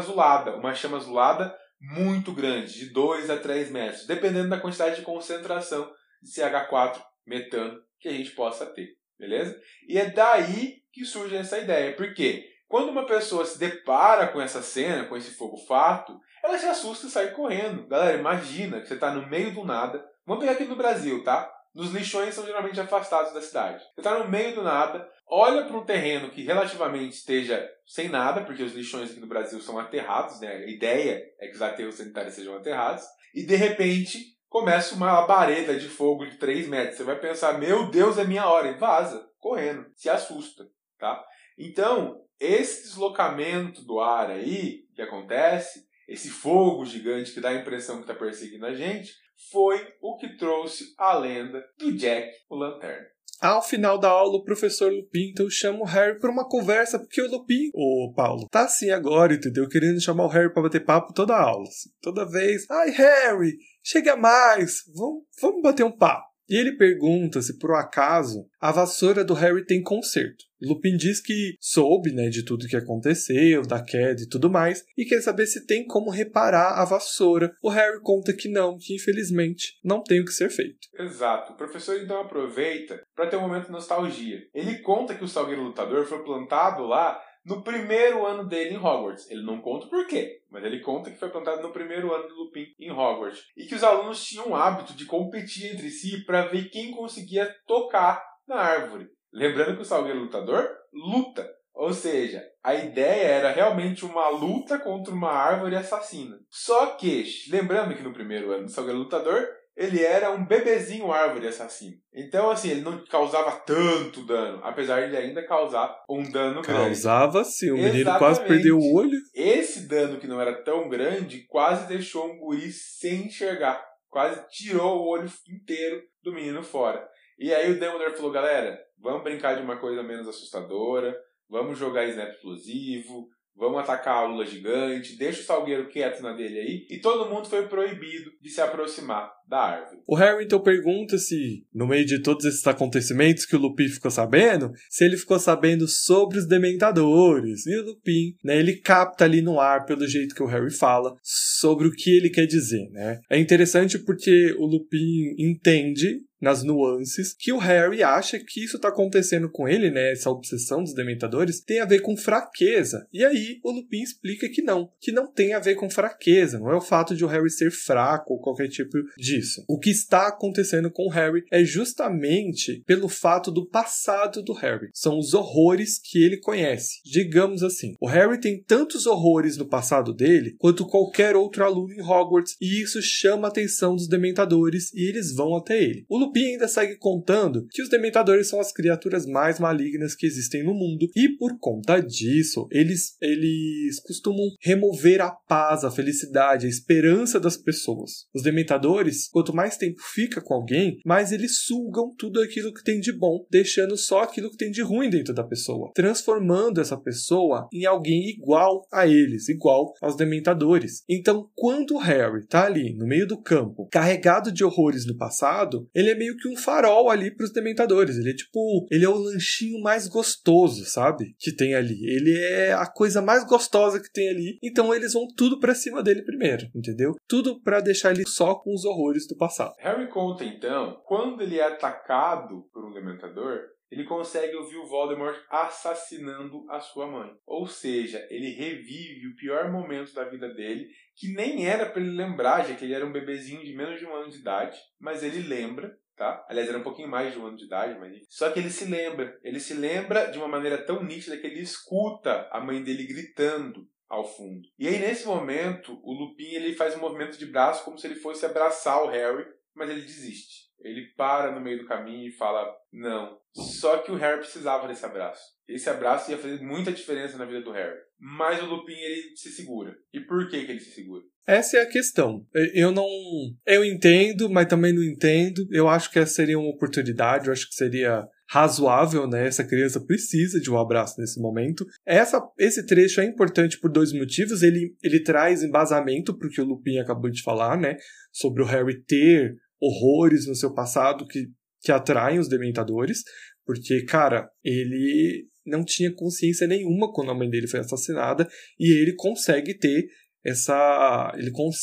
azulada muito grande, de 2 a 3 metros, dependendo da quantidade de concentração de CH4 metano que a gente possa ter, beleza? E é daí que surge essa ideia, porque quando uma pessoa se depara com essa cena, com esse fogo-fato, ela se assusta e sai correndo. Galera, imagina que você está no meio do nada. Vamos pegar aqui no Brasil, tá? Nos lixões são geralmente afastados da cidade. Você está no meio do nada, olha para um terreno que relativamente esteja sem nada, porque os lixões aqui no Brasil são aterrados, né? A ideia é que os aterros sanitários sejam aterrados. E de repente começa uma labareda de fogo de 3 metros. Você vai pensar, meu Deus, é minha hora. E vaza, correndo, se assusta, tá? Então, esse deslocamento do ar aí, que acontece, esse fogo gigante que dá a impressão que está perseguindo a gente, foi o que trouxe a lenda do Jack o Lanterna. Ao final da aula, o professor Lupin então chama o Harry para uma conversa, porque o Lupin, o Paulo, tá assim agora, entendeu? Querendo chamar o Harry para bater papo toda a aula. Assim. Toda vez, ai Harry, chega mais, vamos bater um papo. E ele pergunta se, por um acaso, a vassoura do Harry tem conserto. Lupin diz que soube, né, de tudo que aconteceu, da queda e tudo mais, e quer saber se tem como reparar a vassoura. O Harry conta que não, que infelizmente não tem o que ser feito. Exato. O professor então aproveita para ter um momento de nostalgia. Ele conta que o Salgueiro Lutador foi plantado lá no primeiro ano dele em Hogwarts. Ele não conta o porquê, mas ele conta que foi plantado no primeiro ano do Lupin em Hogwarts. E que os alunos tinham o hábito de competir entre si para ver quem conseguia tocar na árvore. Lembrando que o Salgueiro Lutador luta. Ou seja, a ideia era realmente uma luta contra uma árvore assassina. Só que, lembrando que no primeiro ano do Salgueiro Lutador, ele era um bebezinho árvore assassino. Então, assim, ele não causava tanto dano, apesar de ele ainda causar um dano grande. Causava sim, o menino quase perdeu o olho. Esse dano que não era tão grande quase deixou um guri sem enxergar. Quase tirou o olho inteiro do menino fora. E aí o Dumbledore falou, galera, vamos brincar de uma coisa menos assustadora, vamos jogar snap explosivo, vamos atacar a lula gigante, deixa o Salgueiro quieto na dele aí. E todo mundo foi proibido de se aproximar da árvore. O Harry então pergunta se, no meio de todos esses acontecimentos que o Lupin ficou sabendo, se ele ficou sabendo sobre os Dementadores. E o Lupin, né, ele capta ali no ar, pelo jeito que o Harry fala, sobre o que ele quer dizer, né? É interessante porque o Lupin entende nas nuances, que o Harry acha que isso tá acontecendo com ele, né, essa obsessão dos Dementadores, tem a ver com fraqueza. E aí o Lupin explica que não tem a ver com fraqueza, não é o fato de o Harry ser fraco ou qualquer tipo disso. O que está acontecendo com o Harry é justamente pelo fato do passado do Harry. São os horrores que ele conhece. Digamos assim, o Harry tem tantos horrores no passado dele quanto qualquer outro aluno em Hogwarts, e isso chama a atenção dos Dementadores e eles vão até ele. O Lupin ainda segue contando que os Dementadores são as criaturas mais malignas que existem no mundo e por conta disso, eles costumam remover a paz, a felicidade, a esperança das pessoas. Os Dementadores, quanto mais tempo fica com alguém, mais eles sugam tudo aquilo que tem de bom, deixando só aquilo que tem de ruim dentro da pessoa, transformando essa pessoa em alguém igual a eles, igual aos Dementadores. Então, quando o Harry tá ali no meio do campo, carregado de horrores no passado, ele é meio que um farol ali pros Dementadores. Ele é o lanchinho mais gostoso, sabe? Que tem ali. Ele é a coisa mais gostosa que tem ali. Então eles vão tudo pra cima dele primeiro, entendeu? Tudo pra deixar ele só com os horrores do passado. Harry conta, então, quando ele é atacado por um Dementador, ele consegue ouvir o Voldemort assassinando a sua mãe. Ou seja, ele revive o pior momento da vida dele, que nem era pra ele lembrar, já que ele era um bebezinho de menos de 1 ano de idade, mas ele lembra, tá? Aliás, era um pouquinho mais de 1 ano de idade, mas só que ele se lembra de uma maneira tão nítida que ele escuta a mãe dele gritando ao fundo. E aí, nesse momento, o Lupin ele faz um movimento de braço como se ele fosse abraçar o Harry, mas ele desiste. ele para no meio do caminho e fala não. Só que o Harry precisava desse abraço. Esse abraço ia fazer muita diferença na vida do Harry. Mas o Lupin, ele se segura. E por que ele se segura? Essa é a questão. Eu entendo, mas também não entendo. Eu acho que essa seria uma oportunidade, eu acho que seria razoável, né? Essa criança precisa de um abraço nesse momento. Esse trecho é importante por 2 motivos. Ele traz embasamento para o que o Lupin acabou de falar, né? Sobre o Harry ter horrores no seu passado que atraem os dementadores. Porque, cara, ele não tinha consciência nenhuma quando a mãe dele foi assassinada e ele consegue ter essa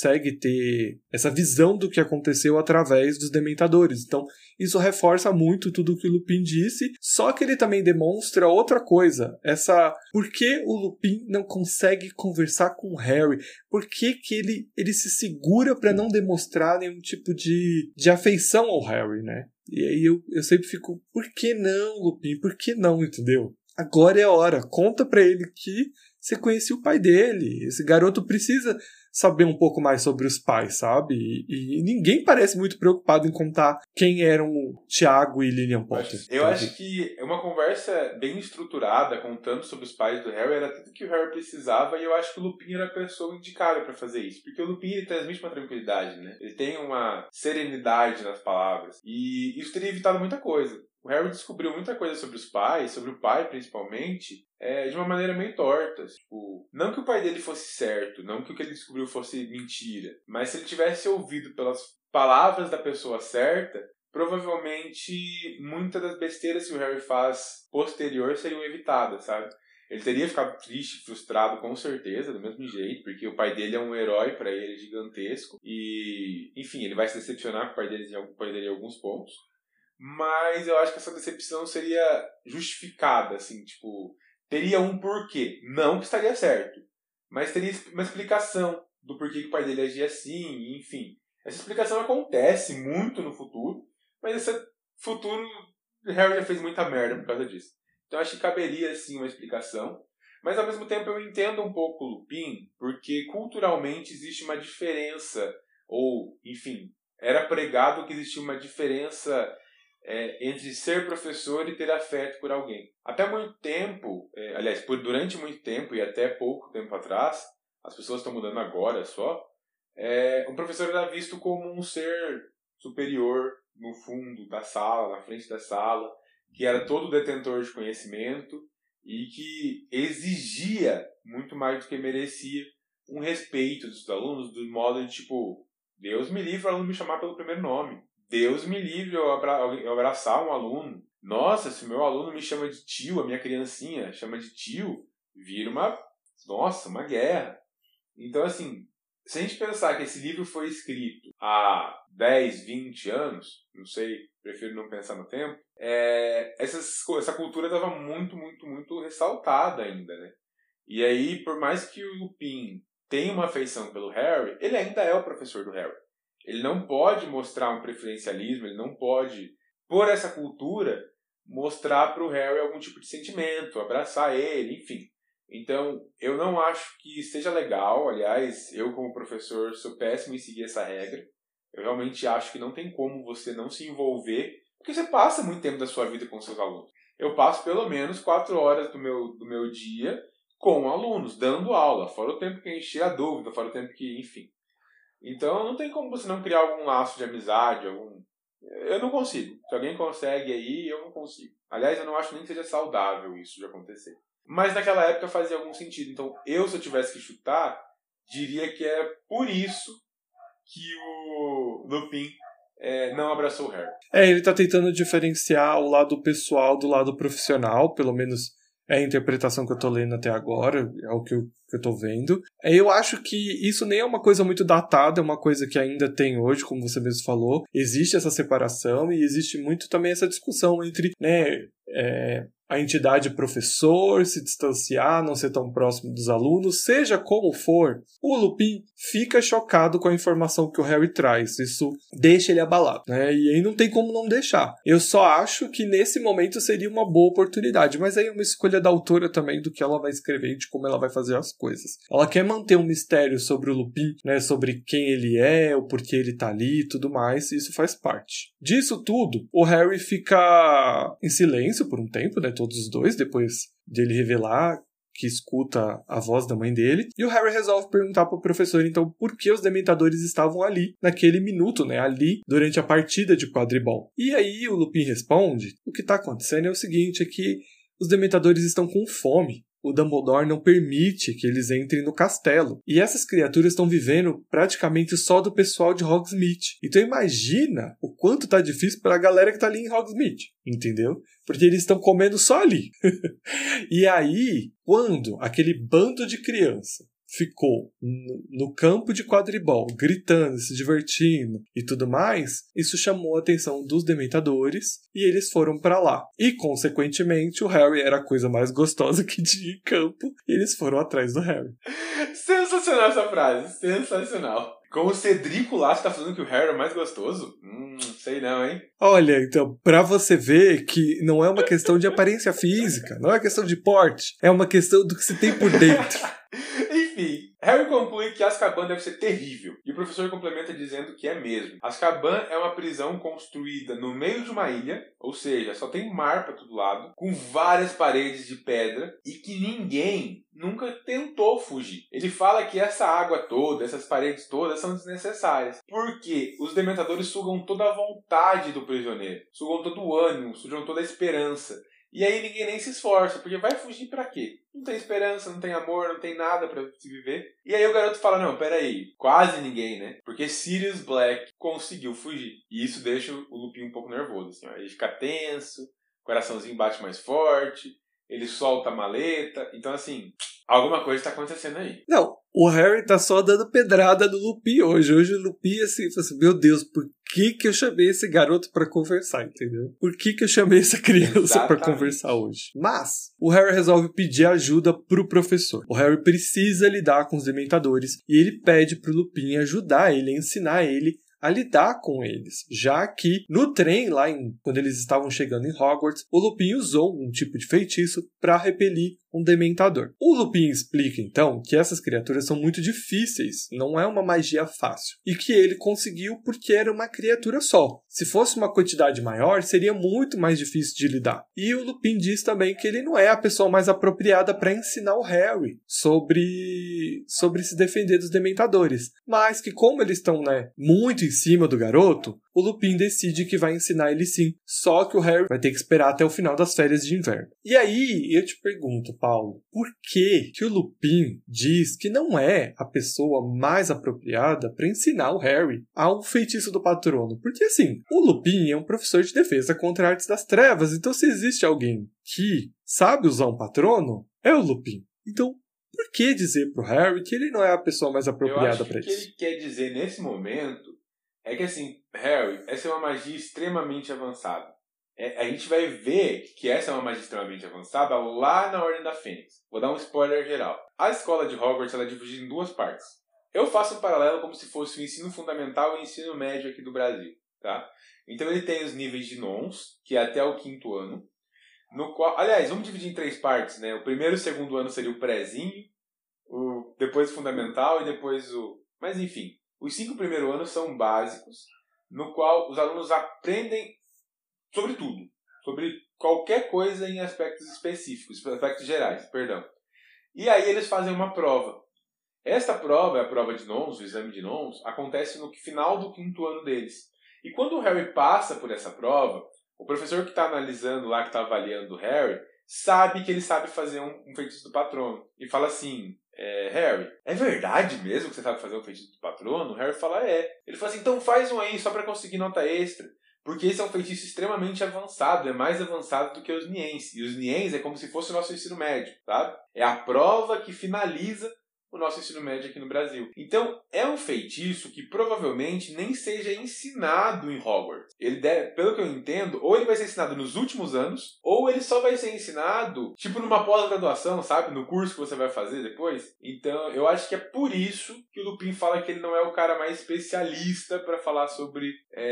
visão do que aconteceu através dos dementadores. Então, isso reforça muito tudo o que o Lupin disse, só que ele também demonstra outra coisa. Por que o Lupin não consegue conversar com o Harry? Por que ele se segura para não demonstrar nenhum tipo de afeição ao Harry, né? E aí eu sempre fico, por que não, Lupin? Por que não, entendeu? Agora é a hora. Conta pra ele que você conhecia o pai dele. Esse garoto precisa saber um pouco mais sobre os pais, sabe? E ninguém parece muito preocupado em contar quem eram Tiago e Lilian Potter. Eu acho que uma conversa bem estruturada, contando sobre os pais do Harry, era tudo que o Harry precisava, e eu acho que o Lupin era a pessoa indicada pra fazer isso. Porque o Lupin, ele transmite uma tranquilidade, né? Ele tem uma serenidade nas palavras. E isso teria evitado muita coisa. O Harry descobriu muita coisa sobre os pais, sobre o pai principalmente, de uma maneira meio torta. Tipo, não que o pai dele fosse certo, não que o que ele descobriu fosse mentira, mas se ele tivesse ouvido pelas palavras da pessoa certa, provavelmente muitas das besteiras que o Harry faz posterior seriam evitadas, sabe? Ele teria ficado triste, frustrado, com certeza, do mesmo jeito, porque o pai dele é um herói pra ele gigantesco, e, enfim, ele vai se decepcionar com o pai dele em alguns pontos. Mas eu acho que essa decepção seria justificada, assim, tipo, teria um porquê. Não que estaria certo, mas teria uma explicação do porquê que o pai dele agia assim, enfim. Essa explicação acontece muito no futuro, mas esse futuro, Harry já fez muita merda por causa disso. Então acho que caberia, sim, uma explicação. Mas ao mesmo tempo eu entendo um pouco o Lupin, porque culturalmente existe uma diferença, ou, enfim, era pregado que existia uma diferença entre ser professor e ter afeto por alguém. Até muito tempo, durante muito tempo e até pouco tempo atrás, as pessoas estão mudando agora só, um professor era visto como um ser superior no fundo da sala, na frente da sala, que era todo detentor de conhecimento e que exigia muito mais do que merecia um respeito dos alunos, do modo de tipo, Deus me livre o aluno me chamar pelo primeiro nome. Deus me livre eu abraçar um aluno. Nossa, se o meu aluno me chama de tio, a minha criancinha chama de tio, vira uma guerra. Então, assim, se a gente pensar que esse livro foi escrito há 10, 20 anos, não sei, prefiro não pensar no tempo, essa cultura estava muito, muito, muito ressaltada ainda, né? E aí, por mais que o Lupin tenha uma afeição pelo Harry, ele ainda é o professor do Harry. Ele não pode mostrar um preferencialismo, ele não pode, por essa cultura, mostrar para o Harry algum tipo de sentimento, abraçar ele, enfim. Então, eu não acho que seja legal, aliás, eu como professor sou péssimo em seguir essa regra. Eu realmente acho que não tem como você não se envolver, porque você passa muito tempo da sua vida com seus alunos. Eu passo pelo menos 4 horas do meu dia com alunos, dando aula, fora o tempo que encher a dúvida, fora o tempo que, enfim. Então, não tem como você não criar algum laço de amizade, Eu não consigo. Se alguém consegue aí, eu não consigo. Aliás, eu não acho nem que seja saudável isso de acontecer. Mas naquela época fazia algum sentido. Então, se eu tivesse que chutar, diria que é por isso que o Lupin não abraçou o Harry. Ele tá tentando diferenciar o lado pessoal do lado profissional, pelo menos é a interpretação que eu tô lendo até agora, é o que eu tô vendo. Eu acho que isso nem é uma coisa muito datada, é uma coisa que ainda tem hoje, como você mesmo falou. Existe essa separação e existe muito também essa discussão entre, né, a entidade professor, se distanciar, não ser tão próximo dos alunos, seja como for, o Lupin fica chocado com a informação que o Harry traz. Isso deixa ele abalado, né? E aí não tem como não deixar. Eu só acho que nesse momento seria uma boa oportunidade, mas aí é uma escolha da autora também do que ela vai escrever e de como ela vai fazer as coisas. Ela quer manter um mistério sobre o Lupin, né? Sobre quem ele é, o porquê ele tá ali e tudo mais, e isso faz parte. Disso tudo, o Harry fica em silêncio por um tempo, né? Todos os dois, depois de ele revelar que escuta a voz da mãe dele, e o Harry resolve perguntar pro professor, então, por que os Dementadores estavam ali, naquele minuto, né, ali, durante a partida de quadribol. E aí o Lupin responde, o que tá acontecendo é o seguinte, é que os Dementadores estão com fome. O Dumbledore não permite que eles entrem no castelo. E essas criaturas estão vivendo praticamente só do pessoal de Hogsmeade. Então imagina o quanto tá difícil pra galera que tá ali em Hogsmeade, entendeu? Porque eles estão comendo só ali. E aí, quando aquele bando de criança ficou no campo de quadribol, gritando, se divertindo e tudo mais, isso chamou a atenção dos Dementadores e eles foram pra lá. E, consequentemente, o Harry era a coisa mais gostosa que tinha em campo e eles foram atrás do Harry. Sensacional essa frase, sensacional. Como o Cedrico lá está falando que o Harry é mais gostoso? Sei não, hein? Olha, então, pra você ver que não é uma questão de aparência física, não é uma questão de porte, é uma questão do que se tem por dentro. Enfim, Harry conclui que Azkaban deve ser terrível, e o professor complementa dizendo que é mesmo. Azkaban é uma prisão construída no meio de uma ilha, ou seja, só tem mar para todo lado, com várias paredes de pedra, e que ninguém nunca tentou fugir. Ele fala que essa água toda, essas paredes todas são desnecessárias, porque os Dementadores sugam toda a vontade do prisioneiro, sugam todo o ânimo, sugam toda a esperança. E aí ninguém nem se esforça, porque vai fugir pra quê? Não tem esperança, não tem amor, não tem nada pra se viver. E aí o garoto fala, não, peraí, quase ninguém, né? Porque Sirius Black conseguiu fugir. E isso deixa o Lupin um pouco nervoso, assim, ó. Ele fica tenso, o coraçãozinho bate mais forte, ele solta a maleta. Então, assim, alguma coisa tá acontecendo aí. Não, o Harry tá só dando pedrada no Lupin hoje. Hoje o Lupin, assim, meu Deus, por que eu chamei esse garoto pra conversar, entendeu? Por que eu chamei essa criança pra conversar hoje? Mas, o Harry resolve pedir ajuda pro professor. O Harry precisa lidar com os Dementadores e ele pede pro Lupin ajudar ele, ensinar ele a lidar com eles, já que no trem, quando eles estavam chegando em Hogwarts, o Lupin usou um tipo de feitiço para repelir um Dementador. O Lupin explica, então, que essas criaturas são muito difíceis, não é uma magia fácil, e que ele conseguiu porque era uma criatura só. Se fosse uma quantidade maior, seria muito mais difícil de lidar. E o Lupin diz também que ele não é a pessoa mais apropriada para ensinar o Harry sobre se defender dos Dementadores, mas que como eles estão, muito em cima do garoto, o Lupin decide que vai ensinar ele sim, só que o Harry vai ter que esperar até o final das férias de inverno. E aí, eu te pergunto, Paulo, por que o Lupin diz que não é a pessoa mais apropriada para ensinar o Harry ao feitiço do patrono? Porque assim, o Lupin é um professor de defesa contra artes das trevas, então se existe alguém que sabe usar um patrono, é o Lupin. Então, por que dizer pro Harry que ele não é a pessoa mais apropriada para isso? O que ele quer dizer nesse momento é que assim, Harry, essa é uma magia extremamente avançada. A gente vai ver que essa é uma magia extremamente avançada lá na Ordem da Fênix. Vou dar um spoiler geral. A escola de Hogwarts ela é dividida em duas partes. Eu faço um paralelo como se fosse o ensino fundamental e o ensino médio aqui do Brasil. Tá? Então ele tem os níveis de nons, que é até o 5º ano. No qual, aliás, vamos dividir em 3 partes. Né? O primeiro e o segundo ano seria o prézinho, depois o fundamental e depois o... Mas enfim, os 5 primeiros anos são básicos, no qual os alunos aprendem sobre tudo, sobre qualquer coisa em aspectos específicos, aspectos gerais, perdão. E aí eles fazem uma prova. Esta prova, a prova de nons, o exame de nons, acontece no final do 5º ano deles. E quando o Harry passa por essa prova, o professor que está analisando lá, que está avaliando o Harry, sabe que ele sabe fazer um feitiço do patrono. E fala assim, Harry, é verdade mesmo que você sabe fazer um feitiço do patrono? O Harry fala, é. Ele fala assim, então faz um aí, só para conseguir nota extra. Porque esse é um feitiço extremamente avançado, é mais avançado do que os Niens. E os Niens é como se fosse o nosso ensino médio, sabe? É a prova que finaliza o nosso ensino médio aqui no Brasil. Então, é um feitiço que provavelmente nem seja ensinado em Hogwarts. Ele deve, pelo que eu entendo, ou ele vai ser ensinado nos últimos anos, ou ele só vai ser ensinado, tipo numa pós-graduação, sabe? No curso que você vai fazer depois. Então, eu acho que é por isso que o Lupin fala que ele não é o cara mais especialista para falar sobre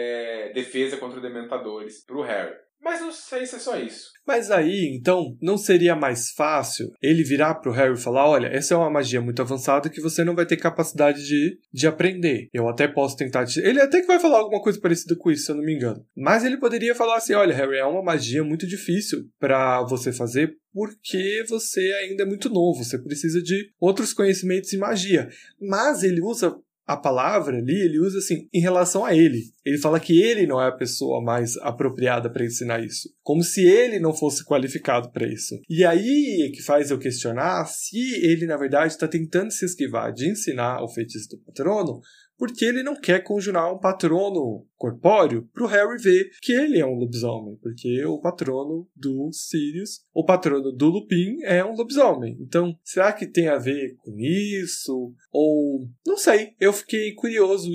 defesa contra dementadores pro Harry. Mas não sei se é só isso. Mas aí, então, não seria mais fácil ele virar pro Harry e falar, olha, essa é uma magia muito avançada que você não vai ter capacidade de aprender. Eu até posso tentar... Ele até que vai falar alguma coisa parecida com isso, se eu não me engano. Mas ele poderia falar assim, olha, Harry, é uma magia muito difícil pra você fazer porque você ainda é muito novo, você precisa de outros conhecimentos em magia. Mas ele usa... A palavra ali, ele usa assim, em relação a ele. Ele fala que ele não é a pessoa mais apropriada para ensinar isso. Como se ele não fosse qualificado para isso. E aí é que faz eu questionar se ele, na verdade, está tentando se esquivar de ensinar o feitiço do patrono, porque ele não quer conjurar um patrono corpóreo pro Harry ver que ele é um lobisomem, porque o patrono do Sirius, o patrono do Lupin é um lobisomem. Então, será que tem a ver com isso? Ou, não sei, eu fiquei curioso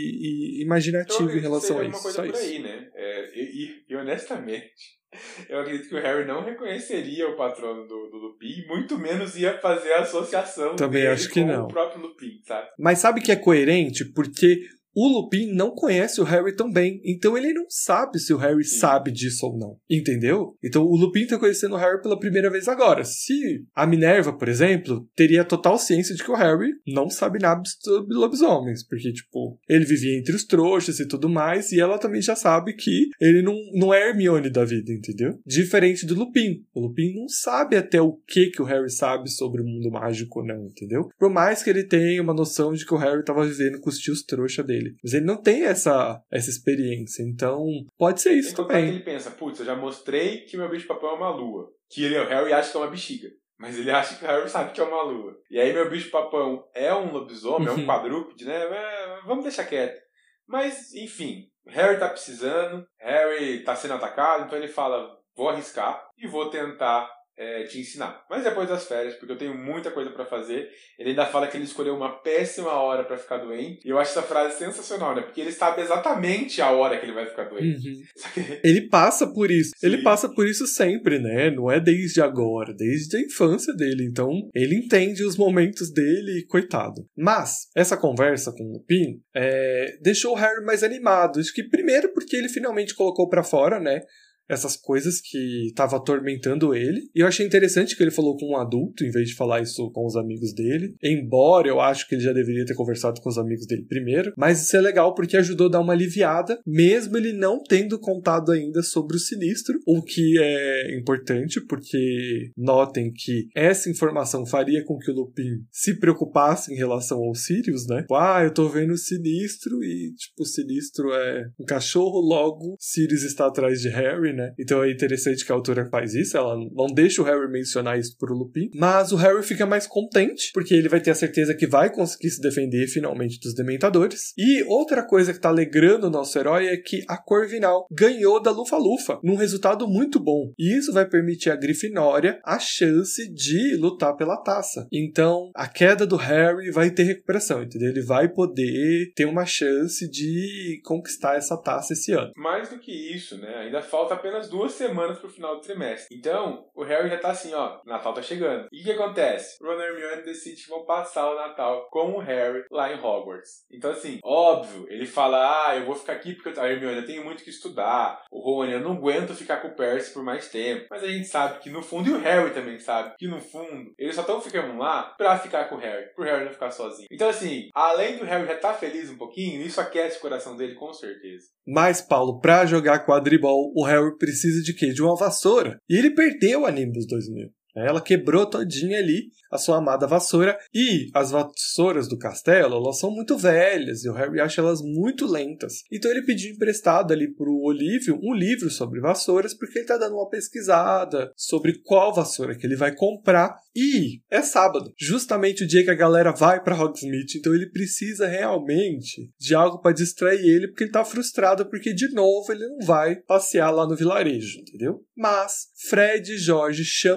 e imaginativo em relação a isso. Uma coisa por aí, né? E honestamente... Eu acredito que o Harry não reconheceria o patrono do Lupin, muito menos ia fazer a associação também dele acho que com não. o próprio Lupin, sabe? Mas sabe que é coerente? Porque o Lupin não conhece o Harry tão bem, então ele não sabe se o Harry sabe disso ou não, entendeu? Então o Lupin tá conhecendo o Harry pela primeira vez agora. Se a Minerva, por exemplo, teria total ciência de que o Harry não sabe nada sobre lobisomens, porque, tipo, ele vivia entre os trouxas e tudo mais, e ela também já sabe que ele não é Hermione da vida, entendeu? Diferente do Lupin. O Lupin não sabe até o que o Harry sabe sobre o mundo mágico ou não, entendeu? Por mais que ele tenha uma noção de que o Harry tava vivendo com os tios trouxa dele. Mas ele não tem essa experiência, então pode ser isso também. Ele pensa, putz, eu já mostrei que meu bicho-papão é uma lua. Que o Harry acha que é uma bexiga. Mas ele acha que o Harry sabe que é uma lua. E aí meu bicho-papão é um lobisomem, é um quadrúpede, né? Vamos deixar quieto. Mas, enfim, Harry tá precisando, Harry tá sendo atacado, então ele fala, vou arriscar e vou tentar te ensinar. Mas depois das férias, porque eu tenho muita coisa pra fazer. Ele ainda fala que ele escolheu uma péssima hora pra ficar doente. E eu acho essa frase sensacional, né? Porque ele sabe exatamente a hora que ele vai ficar doente. Ele passa por isso. Sim. Ele passa por isso sempre, né? Não é desde agora, desde a infância dele. Então, ele entende os momentos dele e coitado. Mas, essa conversa com o Lupin deixou o Harry mais animado. Acho que primeiro porque ele finalmente colocou pra fora, né? Essas coisas que estavam atormentando ele. E eu achei interessante que ele falou com um adulto, em vez de falar isso com os amigos dele. Embora eu acho que ele já deveria ter conversado com os amigos dele primeiro. Mas isso é legal porque ajudou a dar uma aliviada, mesmo ele não tendo contado ainda sobre o Sinistro. O que é importante, porque notem que essa informação faria com que o Lupin se preocupasse em relação ao Sirius, né? Eu tô vendo o Sinistro e, tipo, o Sinistro é um cachorro, logo Sirius está atrás de Harry, né? Então é interessante que a autora faz isso, ela não deixa o Harry mencionar isso pro Lupin, mas o Harry fica mais contente, porque ele vai ter a certeza que vai conseguir se defender finalmente dos Dementadores. E outra coisa que tá alegrando o nosso herói é que a Corvinal ganhou da Lufa-Lufa, num resultado muito bom. E isso vai permitir à Grifinória a chance de lutar pela taça. Então, a queda do Harry vai ter recuperação, entendeu? Ele vai poder ter uma chance de conquistar essa taça esse ano. Mais do que isso, né? Ainda falta apenas 2 semanas pro final do trimestre. Então, o Harry já tá assim, ó, Natal tá chegando. E o que acontece? Ron e Hermione decidem que vão passar o Natal com o Harry lá em Hogwarts. Então, assim, óbvio, ele fala, eu vou ficar aqui porque a Hermione, eu tenho muito que estudar. O Rony, eu não aguento ficar com o Percy por mais tempo. Mas a gente sabe que no fundo, e o Harry também sabe, que no fundo, eles só estão ficando lá pra ficar com o Harry, pro Harry não ficar sozinho. Então, assim, além do Harry já tá feliz um pouquinho, isso aquece o coração dele com certeza. Mas, Paulo, pra jogar quadribol, o Harry precisa de quê? De uma vassoura. E ele perdeu a Nimbus 2000. Ela quebrou todinha ali a sua amada vassoura. E as vassouras do castelo, elas são muito velhas. E o Harry acha elas muito lentas. Então ele pediu emprestado ali pro Olívio um livro sobre vassouras, porque ele tá dando uma pesquisada sobre qual vassoura que ele vai comprar. E é sábado, justamente o dia que a galera vai pra Hogsmeade. Então ele precisa realmente de algo pra distrair ele, porque ele tá frustrado, porque de novo ele não vai passear lá no vilarejo, entendeu? Mas Fred e Jorge chamam o Harry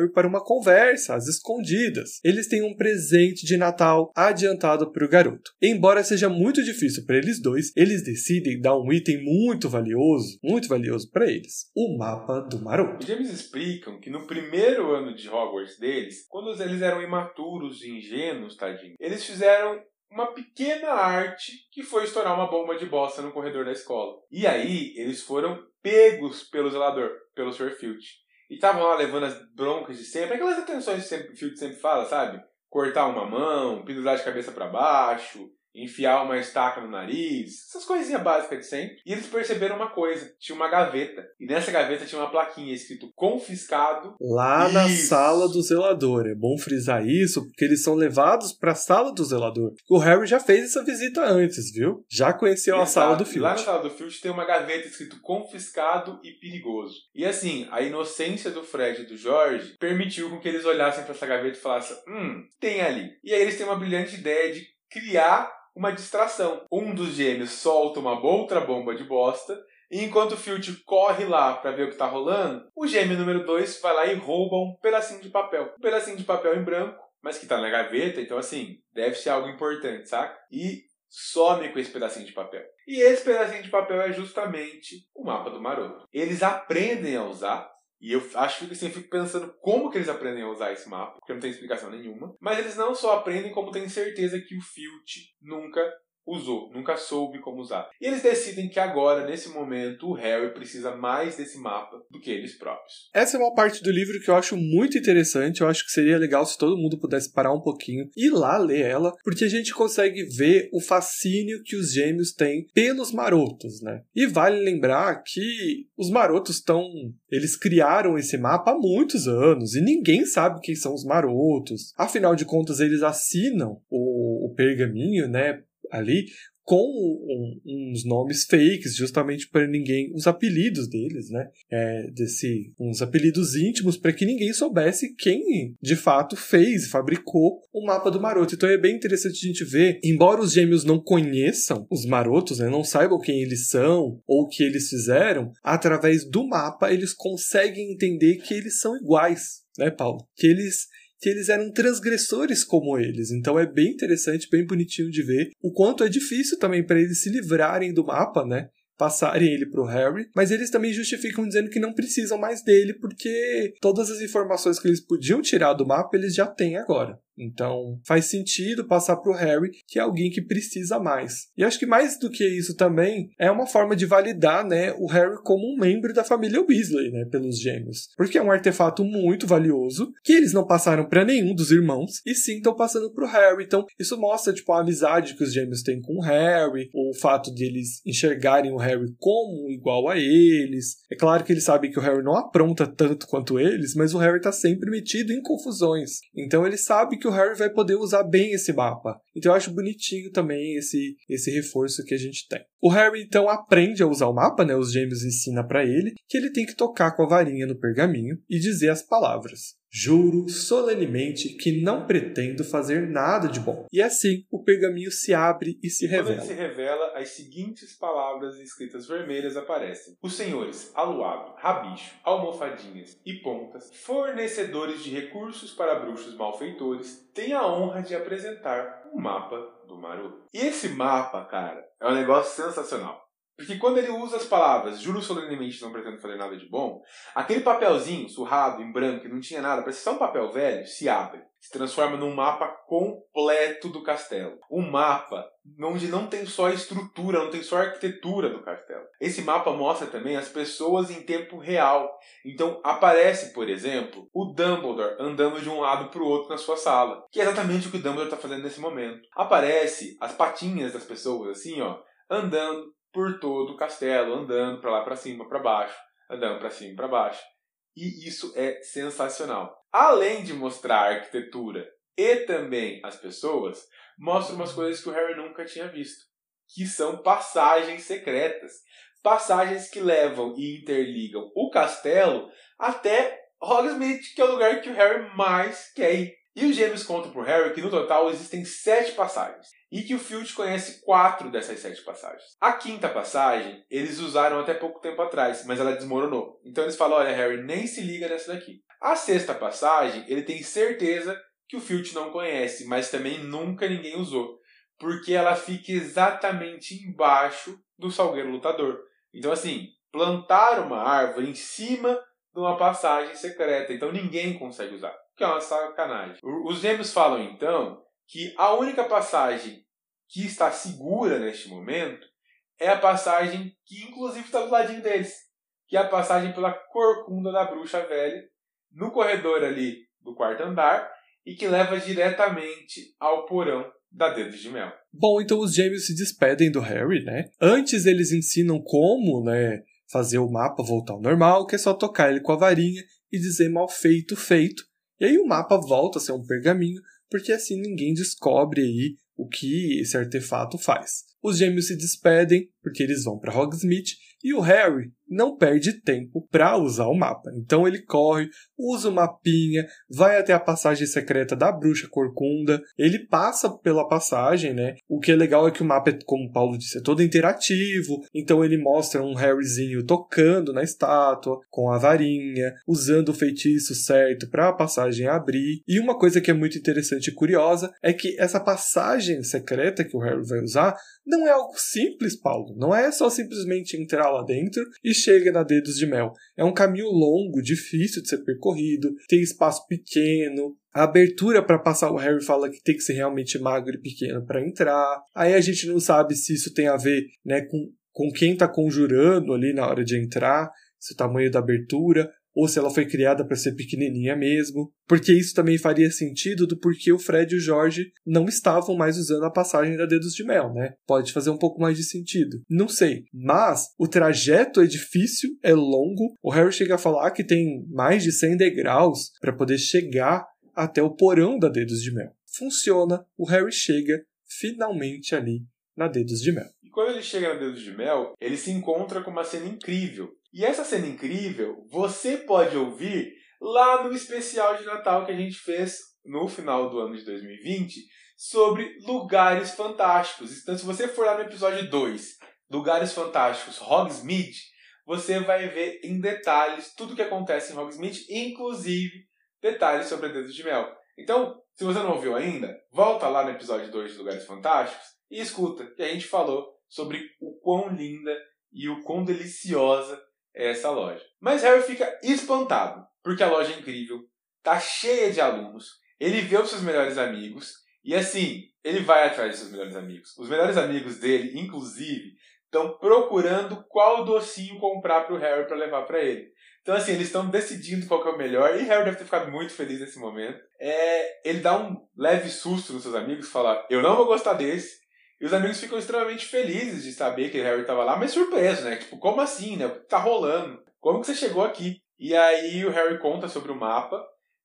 Harry para uma conversa às escondidas. Eles têm um presente de Natal adiantado para o garoto. Embora seja muito difícil para eles dois, eles decidem dar um item muito valioso para eles: o mapa do maroto. Os James explicam que no primeiro ano de Hogwarts deles, quando eles eram imaturos e ingênuos, tadinho, eles fizeram uma pequena arte que foi estourar uma bomba de bosta no corredor da escola. E aí, eles foram pegos pelo zelador, pelo Sr. Filch. E estavam lá levando as broncas de sempre, aquelas atenções que o Filch sempre fala, sabe? Cortar uma mão, pendurar de cabeça para baixo, enfiar uma estaca no nariz, essas coisinhas básicas de sempre. E eles perceberam uma coisa, tinha uma gaveta. E nessa gaveta tinha uma plaquinha escrito confiscado. Lá na sala do zelador. É bom frisar isso, porque eles são levados para a sala do zelador. O Harry já fez essa visita antes, viu? Já conheceu a sala do Filch. Lá na sala do Filch tem uma gaveta escrito confiscado e perigoso. E assim, a inocência do Fred e do George permitiu com que eles olhassem para essa gaveta e falassem, tem ali. E aí eles têm uma brilhante ideia de criar uma distração. Um dos gêmeos solta uma outra bomba de bosta, e enquanto o Filch corre lá pra ver o que tá rolando, o gêmeo número 2 vai lá e rouba um pedacinho de papel. Um pedacinho de papel em branco, mas que tá na gaveta, então assim, deve ser algo importante, saca? E some com esse pedacinho de papel. E esse pedacinho de papel é justamente o mapa do maroto. Eles aprendem a usar, e eu acho que assim, eu fico pensando como que eles aprendem a usar esse mapa, porque não tem explicação nenhuma. Mas eles não só aprendem, como têm certeza que o Filch nunca usou, nunca soube como usar. E eles decidem que agora, nesse momento, o Harry precisa mais desse mapa do que eles próprios. Essa é uma parte do livro que eu acho muito interessante. Eu acho que seria legal se todo mundo pudesse parar um pouquinho e ir lá ler ela, porque a gente consegue ver o fascínio que os gêmeos têm pelos marotos, né? E vale lembrar que os marotos eles criaram esse mapa há muitos anos e ninguém sabe quem são os marotos. Afinal de contas, eles assinam o pergaminho, né? Ali com uns nomes fakes, justamente para ninguém, os apelidos deles, né? Uns apelidos íntimos para que ninguém soubesse quem de fato fez e fabricou o mapa do maroto. Então é bem interessante a gente ver, embora os gêmeos não conheçam os marotos, né, não saibam quem eles são ou o que eles fizeram, através do mapa eles conseguem entender que eles são iguais, né, Paulo? Que eles eram transgressores como eles. Então é bem interessante, bem bonitinho de ver o quanto é difícil também para eles se livrarem do mapa, né? Passarem ele pro Harry, mas eles também justificam dizendo que não precisam mais dele porque todas as informações que eles podiam tirar do mapa eles já têm agora. Então faz sentido passar pro Harry, que é alguém que precisa mais. E acho que mais do que isso também é uma forma de validar, né, o Harry como um membro da família Weasley, né, pelos gêmeos. Porque é um artefato muito valioso que eles não passaram para nenhum dos irmãos e sim estão passando pro Harry. Então isso mostra tipo a amizade que os gêmeos têm com o Harry, o fato de eles enxergarem o Harry como igual a eles. É claro que eles sabem que o Harry não apronta tanto quanto eles, mas o Harry tá sempre metido em confusões. Então ele sabe que o Harry vai poder usar bem esse mapa. Então eu acho bonitinho também esse reforço que a gente tem. O Harry então aprende a usar o mapa, né? Os gêmeos ensinam pra ele que ele tem que tocar com a varinha no pergaminho e dizer as palavras: juro solenemente que não pretendo fazer nada de bom. E assim, o pergaminho se abre e se revela. Quando ele se revela, as seguintes palavras escritas vermelhas aparecem: os senhores Aluado, Rabicho, Almofadinhas e Pontas, fornecedores de recursos para bruxos malfeitores, têm a honra de apresentar o mapa do maroto. E esse mapa, cara, é um negócio sensacional. Porque quando ele usa as palavras juro solenemente não pretendo fazer nada de bom, aquele papelzinho surrado em branco que não tinha nada, parece só um papel velho, se abre. Se transforma num mapa completo do castelo. Um mapa onde não tem só a estrutura, não tem só a arquitetura do castelo. Esse mapa mostra também as pessoas em tempo real. Então aparece, por exemplo, o Dumbledore andando de um lado para o outro na sua sala. Que é exatamente o que o Dumbledore está fazendo nesse momento. Aparece as patinhas das pessoas, assim, ó, andando por todo o castelo, andando para lá, para cima, para baixo, andando para cima, para baixo. E isso é sensacional. Além de mostrar a arquitetura e também as pessoas, mostra umas coisas que o Harry nunca tinha visto, que são passagens secretas. Passagens que levam e interligam o castelo até Hogsmeade, que é o lugar que o Harry mais quer ir. E os gêmeos contam pro Harry que no total existem 7 passagens, e que o Filch conhece 4 dessas 7 passagens. A 5ª passagem, eles usaram até pouco tempo atrás, mas ela desmoronou. Então eles falam, olha Harry, nem se liga nessa daqui. A 6ª passagem, ele tem certeza que o Filch não conhece, mas também nunca ninguém usou, porque ela fica exatamente embaixo do Salgueiro Lutador. Então assim, plantaram uma árvore em cima de uma passagem secreta, então ninguém consegue usar, que é uma sacanagem. Os gêmeos falam então que a única passagem que está segura neste momento é a passagem que inclusive está do ladinho deles, que é a passagem pela corcunda da bruxa velha, no corredor ali do 4º andar, e que leva diretamente ao porão da Dedos de Mel. Bom, então os gêmeos se despedem do Harry, né? Antes eles ensinam como, né, fazer o mapa voltar ao normal, que é só tocar ele com a varinha e dizer mal feito, feito. E aí o mapa volta a ser um pergaminho, porque assim ninguém descobre aí o que esse artefato faz. Os gêmeos se despedem, porque eles vão para Hogsmeade, e o Harry não perde tempo para usar o mapa. Então ele corre, usa o mapinha, vai até a passagem secreta da Bruxa Corcunda, ele passa pela passagem, né? O que é legal é que o mapa, como o Paulo disse, é todo interativo, então ele mostra um Harryzinho tocando na estátua, com a varinha, usando o feitiço certo para a passagem abrir. E uma coisa que é muito interessante e curiosa é que essa passagem secreta que o Harry vai usar não é algo simples, Paulo. Não é só simplesmente entrar lá dentro e chega na Dedos de Mel. É um caminho longo, difícil de ser percorrido, tem espaço pequeno. A abertura para passar, o Harry fala que tem que ser realmente magro e pequeno para entrar. Aí a gente não sabe se isso tem a ver, né, com quem está conjurando ali na hora de entrar, se o tamanho da abertura, ou se ela foi criada para ser pequenininha mesmo, porque isso também faria sentido do porquê o Fred e o George não estavam mais usando a passagem da Dedos de Mel, né? Pode fazer um pouco mais de sentido. Não sei, mas o trajeto é difícil, é longo, o Harry chega a falar que tem mais de 100 degraus para poder chegar até o porão da Dedos de Mel. Funciona, o Harry chega finalmente ali na Dedos de Mel. E quando ele chega na Dedos de Mel, ele se encontra com uma cena incrível. E essa cena incrível, você pode ouvir lá no especial de Natal que a gente fez no final do ano de 2020 sobre lugares fantásticos. Então, se você for lá no episódio 2, Lugares Fantásticos Hogsmeade, você vai ver em detalhes tudo o que acontece em Hogsmeade, inclusive detalhes sobre a Dedos de Mel. Então, se você não ouviu ainda, volta lá no episódio 2 de Lugares Fantásticos e escuta, que a gente falou sobre o quão linda e o quão deliciosa é essa loja. Mas Harry fica espantado, porque a loja é incrível, tá cheia de alunos, ele vê os seus melhores amigos, e assim, ele vai atrás dos seus melhores amigos. Os melhores amigos dele, inclusive, estão procurando qual docinho comprar pro Harry para levar para ele. Então assim, eles estão decidindo qual que é o melhor, e Harry deve ter ficado muito feliz nesse momento. Ele dá um leve susto nos seus amigos, fala, eu não vou gostar desse. E os amigos ficam extremamente felizes de saber que o Harry estava lá, mas surpreso, né? Tipo, como assim, né? O que tá rolando? Como que você chegou aqui? E aí o Harry conta sobre o mapa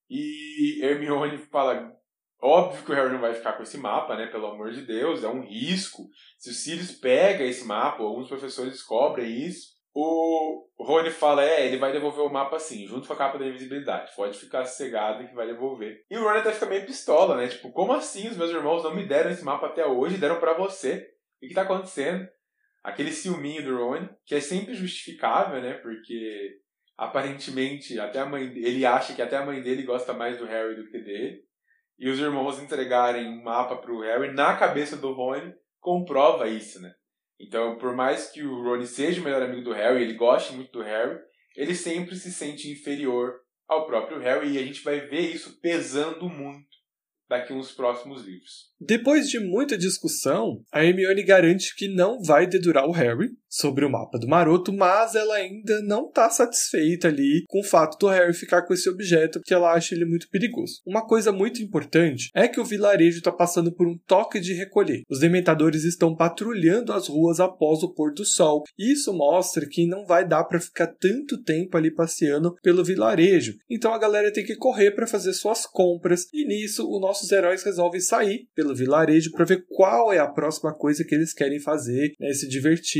e Hermione fala, óbvio que o Harry não vai ficar com esse mapa, né? Pelo amor de Deus, é um risco. Se o Sirius pega esse mapa, alguns professores descobrem isso, o Rony fala, ele vai devolver o mapa sim, junto com a capa da invisibilidade. Pode ficar sossegado que vai devolver. E o Rony até fica meio pistola, né? Tipo, como assim os meus irmãos não me deram esse mapa até hoje? Deram pra você. O que tá acontecendo? Aquele ciúminho do Rony, que é sempre justificável, né? Porque, aparentemente, até a mãe ele acha que até a mãe dele gosta mais do Harry do que dele. E os irmãos entregarem um mapa pro Harry na cabeça do Rony comprova isso, né? Então, por mais que o Rony seja o melhor amigo do Harry, ele goste muito do Harry, ele sempre se sente inferior ao próprio Harry, e a gente vai ver isso pesando muito daqui uns próximos livros. Depois de muita discussão, a Hermione garante que não vai dedurar o Harry sobre o mapa do Maroto, mas ela ainda não está satisfeita ali com o fato do Harry ficar com esse objeto, porque ela acha ele muito perigoso. Uma coisa muito importante é que o vilarejo está passando por um toque de recolher. Os dementadores estão patrulhando as ruas após o pôr do sol, e isso mostra que não vai dar para ficar tanto tempo ali passeando pelo vilarejo. Então a galera tem que correr para fazer suas compras, e nisso os nossos heróis resolvem sair pelo vilarejo para ver qual é a próxima coisa que eles querem fazer, né, se divertir,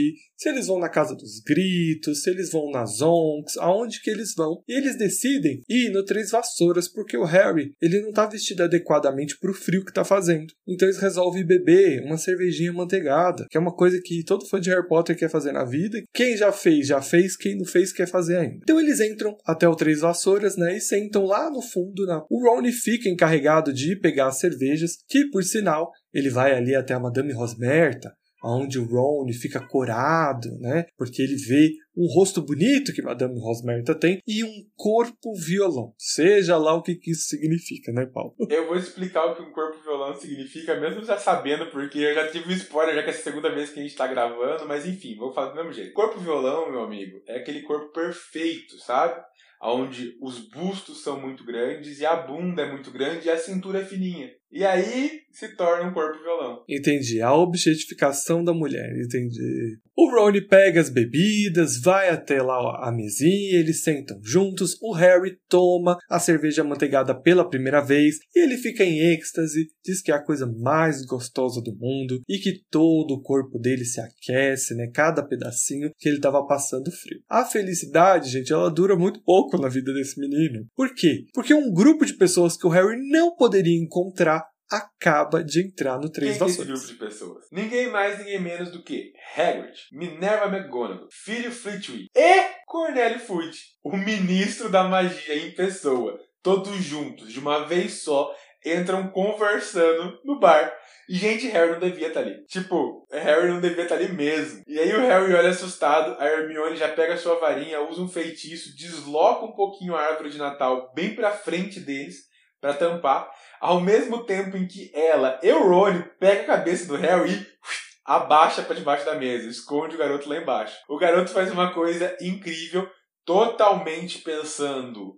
Se eles vão na Casa dos Gritos, se eles vão nas Zonks, aonde que eles vão. E eles decidem ir no Três Vassouras, porque o Harry, ele não tá vestido adequadamente pro frio que tá fazendo. Então eles resolvem beber uma cervejinha manteigada, que é uma coisa que todo fã de Harry Potter quer fazer na vida. Quem já fez, quem não fez quer fazer ainda. Então eles entram até o Três Vassouras, né, e sentam lá no fundo. O Ron fica encarregado de pegar as cervejas, que por sinal, ele vai ali até a Madame Rosmerta, onde o Ron fica corado, né? Porque ele vê um rosto bonito que Madame Rosmerta tem e um corpo violão. Seja lá o que isso significa, né, Paulo? Eu vou explicar o que um corpo violão significa, mesmo já sabendo, porque eu já tive um spoiler, já que é a segunda vez que a gente tá gravando, mas enfim, vou falar do mesmo jeito. Corpo violão, meu amigo, é aquele corpo perfeito, sabe? Onde os bustos são muito grandes e a bunda é muito grande e a cintura é fininha. E aí se torna um corpo violão. Entendi. A objetificação da mulher, entendi. O Ron pega as bebidas, vai até lá a mesinha, eles sentam juntos, o Harry toma a cerveja amanteigada pela primeira vez e ele fica em êxtase, diz que é a coisa mais gostosa do mundo e que todo o corpo dele se aquece, né? Cada pedacinho que ele estava passando frio. A felicidade, gente, ela dura muito pouco na vida desse menino. Por quê? Porque um grupo de pessoas que o Harry não poderia encontrar acaba de entrar no Três Vassouras. Quem é esse grupo de pessoas? Ninguém mais, ninguém menos do que Hagrid, Minerva McGonagall, Filho Flitwick e Cornélio Fudge, o ministro da magia em pessoa. Todos juntos, de uma vez só, entram conversando no bar. E, gente, Harry não devia estar ali. Tipo, Harry não devia estar ali mesmo. E aí o Harry olha assustado, a Hermione já pega a sua varinha, usa um feitiço, desloca um pouquinho a árvore de Natal bem pra frente deles, pra tampar, ao mesmo tempo em que ela e o Ron pega a cabeça do Harry e abaixa pra debaixo da mesa, esconde o garoto lá embaixo. O garoto faz uma coisa incrível, totalmente pensando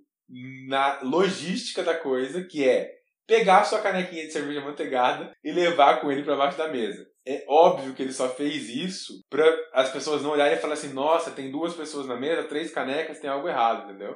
na logística da coisa, que é pegar sua canequinha de cerveja manteigada e levar com ele pra baixo da mesa. É óbvio que ele só fez isso pra as pessoas não olharem e falarem assim, nossa, tem 2 pessoas na mesa, 3 canecas, tem algo errado, entendeu?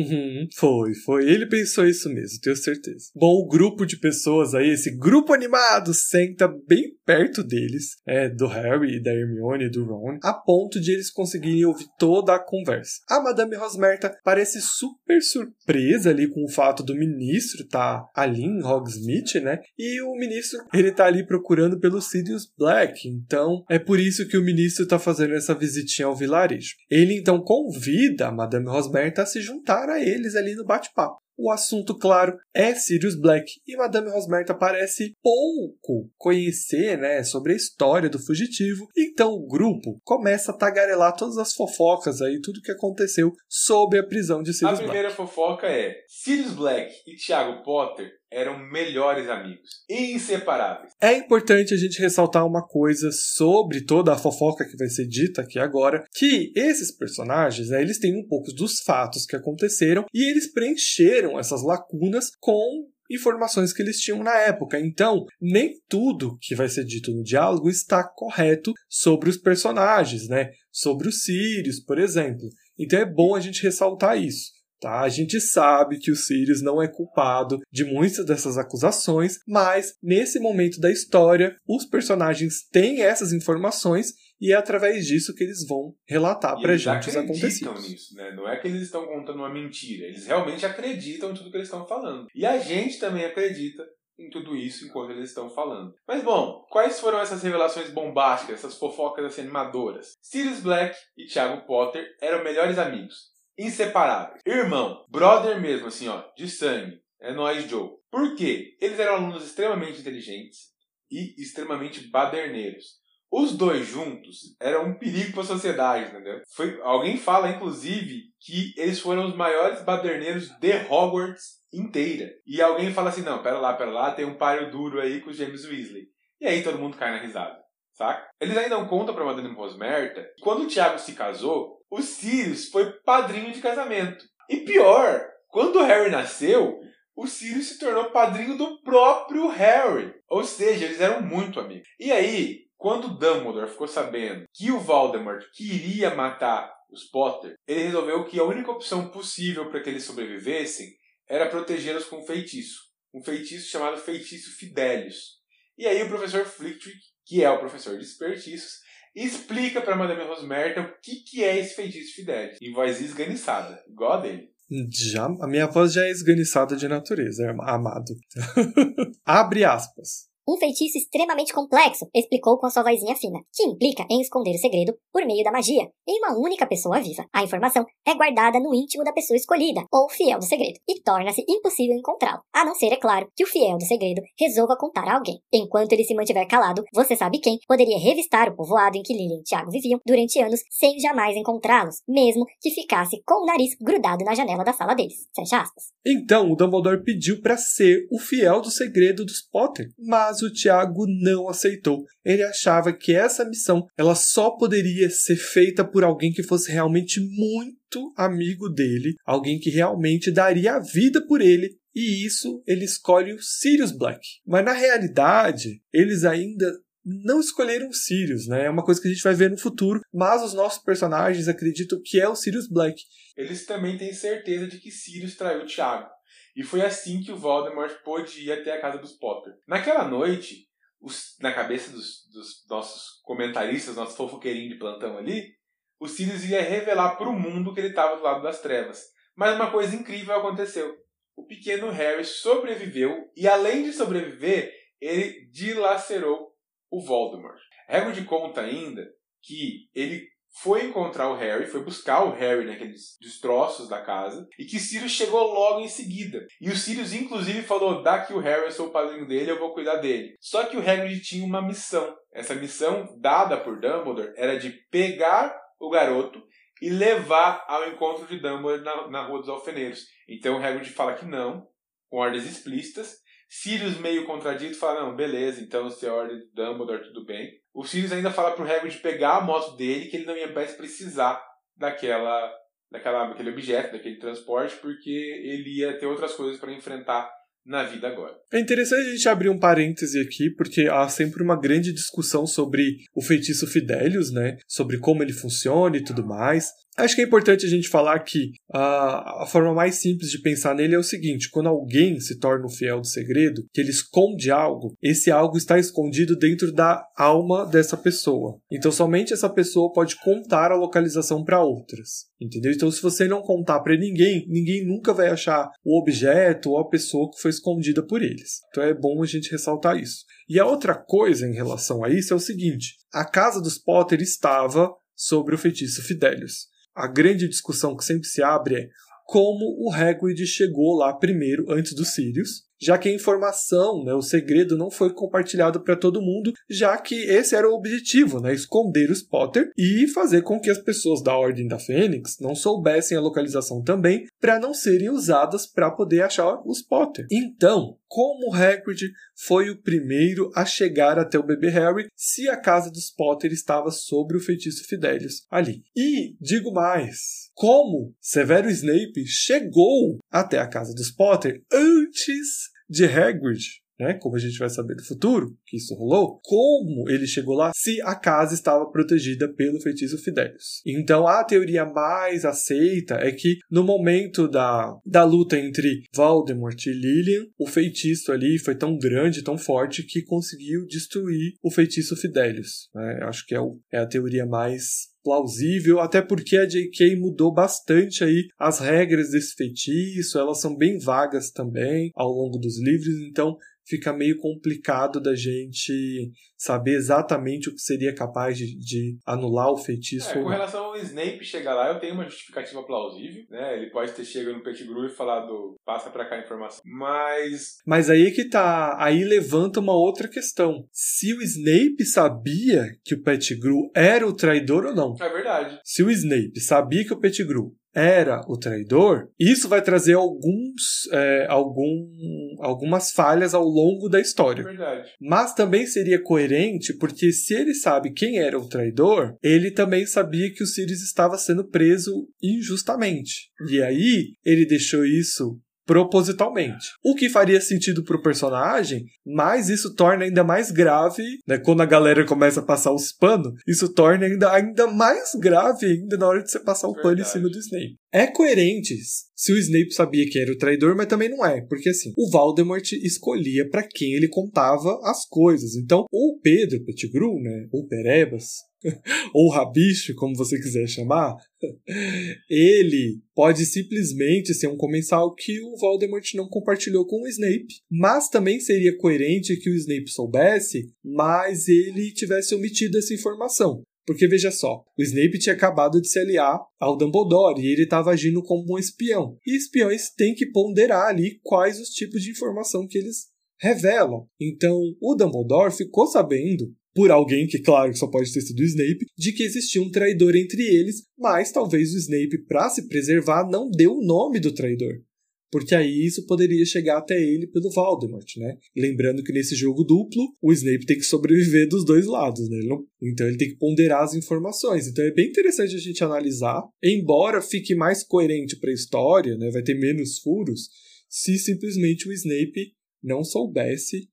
Foi. Ele pensou isso mesmo, tenho certeza. Bom, o grupo de pessoas aí, esse grupo animado, senta bem perto deles, do Harry, da Hermione e do Ron, a ponto de eles conseguirem ouvir toda a conversa. A Madame Rosmerta parece super surpresa ali com o fato do ministro tá ali em Hogsmeade, né? E o ministro, ele tá ali procurando pelo Sirius Black, então é por isso que o ministro tá fazendo essa visitinha ao vilarejo. Ele então convida a Madame Rosmerta a se juntar a eles ali no bate-papo. O assunto, claro, é Sirius Black e Madame Rosmerta parece pouco conhecer, né, sobre a história do fugitivo. Então o grupo começa a tagarelar todas as fofocas aí, tudo que aconteceu sobre a prisão de Sirius Black. A primeira fofoca é: Sirius Black e Tiago Potter eram melhores amigos, inseparáveis. É importante a gente ressaltar uma coisa sobre toda a fofoca que vai ser dita aqui agora, que esses personagens, né, eles têm um pouco dos fatos que aconteceram e eles preencheram essas lacunas com informações que eles tinham na época. Então, nem tudo que vai ser dito no diálogo está correto sobre os personagens, né? Sobre o Sirius, por exemplo. Então é bom a gente ressaltar isso. Tá? A gente sabe que o Sirius não é culpado de muitas dessas acusações, mas nesse momento da história, os personagens têm essas informações e é através disso que eles vão relatar pra gente os acontecidos. Eles acreditam nisso, né? Não é que eles estão contando uma mentira, eles realmente acreditam em tudo que eles estão falando. E a gente também acredita em tudo isso enquanto eles estão falando. Mas bom, quais foram essas revelações bombásticas, essas fofocas assim, animadoras? Sirius Black e Tiago Potter eram melhores amigos, inseparáveis, irmão, brother mesmo, assim, ó, de sangue. É nóis, Joe. Por quê? Eles eram alunos extremamente inteligentes e extremamente baderneiros. Os dois juntos eram um perigo para a sociedade, entendeu? Alguém fala, inclusive, que eles foram os maiores baderneiros de Hogwarts inteira. E alguém fala assim, não, pera lá, tem um páreo duro aí com os James Weasley. E aí todo mundo cai na risada, saca? Eles ainda não contam pra Madame Rosmerta que quando o Tiago se casou, o Sirius foi padrinho de casamento. E pior, quando o Harry nasceu, o Sirius se tornou padrinho do próprio Harry. Ou seja, eles eram muito amigos. E aí, quando Dumbledore ficou sabendo que o Voldemort queria matar os Potter, ele resolveu que a única opção possível para que eles sobrevivessem era protegê-los com um feitiço. Um feitiço chamado Feitiço Fidelius. E aí o professor Flitwick, que é o professor de espertiços, e explica pra Madame Rosmerta o que é esse feitiço Fidelis, em voz esganiçada, igual a dele. Já, a minha voz já é esganiçada de natureza, amado. Abre aspas. Um feitiço extremamente complexo, explicou com a sua vozinha fina, que implica em esconder o segredo por meio da magia, em uma única pessoa viva. A informação é guardada no íntimo da pessoa escolhida, ou fiel do segredo, e torna-se impossível encontrá-lo, a não ser, é claro, que o fiel do segredo resolva contar a alguém. Enquanto ele se mantiver calado, você sabe quem poderia revistar o povoado em que Lilian e Tiago viviam durante anos sem jamais encontrá-los, mesmo que ficasse com o nariz grudado na janela da sala deles. Fecha aspas. Então, o Dumbledore pediu para ser o fiel do segredo dos Potter, mas o Tiago não aceitou. Ele achava que essa missão ela só poderia ser feita por alguém que fosse realmente muito amigo dele, alguém que realmente daria a vida por ele, e isso ele escolhe o Sirius Black. Mas na realidade, eles ainda não escolheram o Sirius, né? É uma coisa que a gente vai ver no futuro, mas os nossos personagens acreditam que é o Sirius Black. Eles também têm certeza de que Sirius traiu o Tiago. E foi assim que o Voldemort pôde ir até a casa dos Potter. Naquela noite, na cabeça dos nossos comentaristas, nossos fofoqueirinhos de plantão ali, o Sirius ia revelar para o mundo que ele estava do lado das trevas. Mas uma coisa incrível aconteceu. O pequeno Harry sobreviveu e, além de sobreviver, ele dilacerou o Voldemort. Hagrid conta ainda que ele foi encontrar o Harry, foi buscar o Harry naqueles destroços da casa, e que Sirius chegou logo em seguida. E o Sirius, inclusive, falou, dá que o Harry, eu sou o padrinho dele, eu vou cuidar dele. Só que o Hagrid tinha uma missão. Essa missão, dada por Dumbledore, era de pegar o garoto e levar ao encontro de Dumbledore na Rua dos Alfeneiros. Então o Hagrid fala que não, com ordens explícitas. Sirius, meio contradito, fala, não, beleza, então se é ordem de Dumbledore, tudo bem. O Sirius ainda fala pro Hagrid pegar a moto dele, que ele não ia mais precisar daquele objeto, daquele transporte, porque ele ia ter outras coisas para enfrentar na vida agora. É interessante a gente abrir um parêntese aqui, porque há sempre uma grande discussão sobre o feitiço Fidelius, né? Sobre como ele funciona e tudo mais. Acho que é importante a gente falar que a forma mais simples de pensar nele é o seguinte: quando alguém se torna o fiel do segredo, que ele esconde algo, esse algo está escondido dentro da alma dessa pessoa. Então somente essa pessoa pode contar a localização para outras. Entendeu? Então se você não contar para ninguém, ninguém nunca vai achar o objeto ou a pessoa que foi escondida por eles. Então é bom a gente ressaltar isso. E a outra coisa em relação a isso é o seguinte: a casa dos Potter estava sobre o feitiço Fidelius. A grande discussão que sempre se abre é como o Hagrid chegou lá primeiro, antes do Sirius, já que a informação, né, o segredo não foi compartilhado para todo mundo, já que esse era o objetivo, né, esconder os Potter e fazer com que as pessoas da Ordem da Fênix não soubessem a localização também, para não serem usadas para poder achar os Potter. Então, como o Hagrid foi o primeiro a chegar até o bebê Harry, se a casa dos Potter estava sobre o feitiço Fidelius ali. E, digo mais, como Severo Snape chegou até a casa dos Potter antes de Hagrid, né, como a gente vai saber no futuro, que isso rolou, como ele chegou lá se a casa estava protegida pelo feitiço Fidelius. Então a teoria mais aceita é que no momento da luta entre Voldemort e Lilian, o feitiço ali foi tão grande, tão forte, que conseguiu destruir o feitiço Fidelius. Né? Acho que é a teoria mais plausível, até porque a J.K. mudou bastante aí as regras desse feitiço, elas são bem vagas também ao longo dos livros, então fica meio complicado da gente saber exatamente o que seria capaz de anular o feitiço. Com relação ao Snape chegar lá, eu tenho uma justificativa plausível, né? Ele pode ter chegado no Pettigrew e falado, passa pra cá a informação. Mas aí que tá, aí levanta uma outra questão. Se o Snape sabia que o Pettigrew era o traidor ou não? É verdade. Se o Snape sabia que o Pettigrew era o traidor, isso vai trazer algumas falhas ao longo da história. Verdade. Mas também seria coerente, porque se ele sabe quem era o traidor, ele também sabia que o Sirius estava sendo preso injustamente. E aí, ele deixou isso propositalmente. O que faria sentido pro personagem, mas isso torna ainda mais grave, né? Quando a galera começa a passar os panos, isso torna ainda mais grave ainda na hora de você passar o pano em cima do Snape. é coerente se o Snape sabia que era o traidor, mas também não é. Porque assim, o Voldemort escolhia pra quem ele contava as coisas. Então, o Pedro Pettigrew, né, ou Perebas, ou Rabicho, como você quiser chamar, ele pode simplesmente ser um comensal que o Voldemort não compartilhou com o Snape. Mas também seria coerente que o Snape soubesse, mas ele tivesse omitido essa informação. Porque, veja só, o Snape tinha acabado de se aliar ao Dumbledore e ele estava agindo como um espião. E espiões têm que ponderar ali quais os tipos de informação que eles revelam. Então, o Dumbledore ficou sabendo, por alguém que, claro, que só pode ter sido o Snape, de que existia um traidor entre eles, mas talvez o Snape, para se preservar, não deu o nome do traidor. Porque aí isso poderia chegar até ele pelo Voldemort, né? Lembrando que nesse jogo duplo, o Snape tem que sobreviver dos dois lados, né? Então ele tem que ponderar as informações. Então é bem interessante a gente analisar, embora fique mais coerente para a história, né? Vai ter menos furos, se simplesmente o Snape não soubesse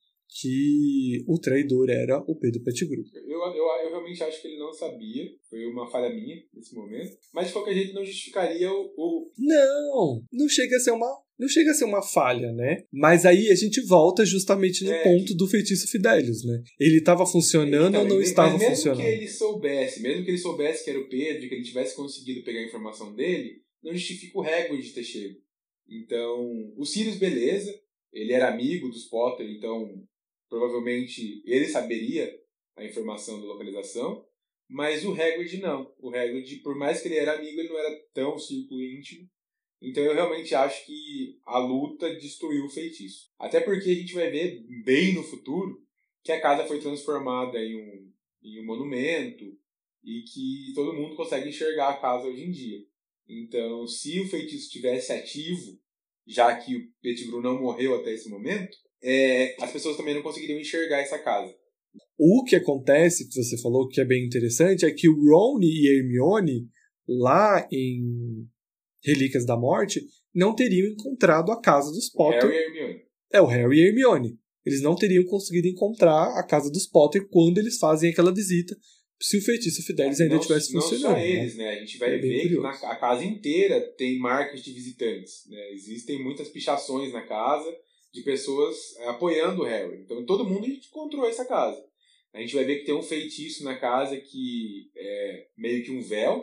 que o traidor era o Pedro Pettigrew. Eu realmente acho que ele não sabia. Foi uma falha minha nesse momento. Mas de qualquer jeito não justificaria o... Não chega a ser uma falha, né? Mas aí a gente volta justamente no ponto do feitiço Fidelius, né? Ele estava funcionando ou não estava funcionando? Mesmo que ele soubesse que era o Pedro, que ele tivesse conseguido pegar a informação dele, não justifica o Hagrid de ter chego. Então, o Sirius, beleza, ele era amigo dos Potter, então provavelmente ele saberia a informação da localização, mas o Hagrid não. O Hagrid, por mais que ele era amigo, ele não era tão círculo íntimo. Então eu realmente acho que a luta destruiu o feitiço. Até porque a gente vai ver bem no futuro que a casa foi transformada em um monumento e que todo mundo consegue enxergar a casa hoje em dia. Então, se o feitiço estivesse ativo, já que o Pettigrew não morreu até esse momento, as pessoas também não conseguiriam enxergar essa casa. O que acontece, que você falou que é bem interessante, é que o Ron e Hermione, lá em Relíquias da Morte, não teriam encontrado a casa dos Potter. Harry e Hermione. O Harry e Hermione. Eles não teriam conseguido encontrar a casa dos Potter quando eles fazem aquela visita, se o feitiço Fidelius ainda tivesse funcionando. Não só eles, né? A gente vai ver que a casa inteira tem marcas de visitantes, né? Existem muitas pichações na casa de pessoas apoiando o Harry. Então todo mundo encontrou essa casa. A gente vai ver que tem um feitiço na casa que é meio que um véu.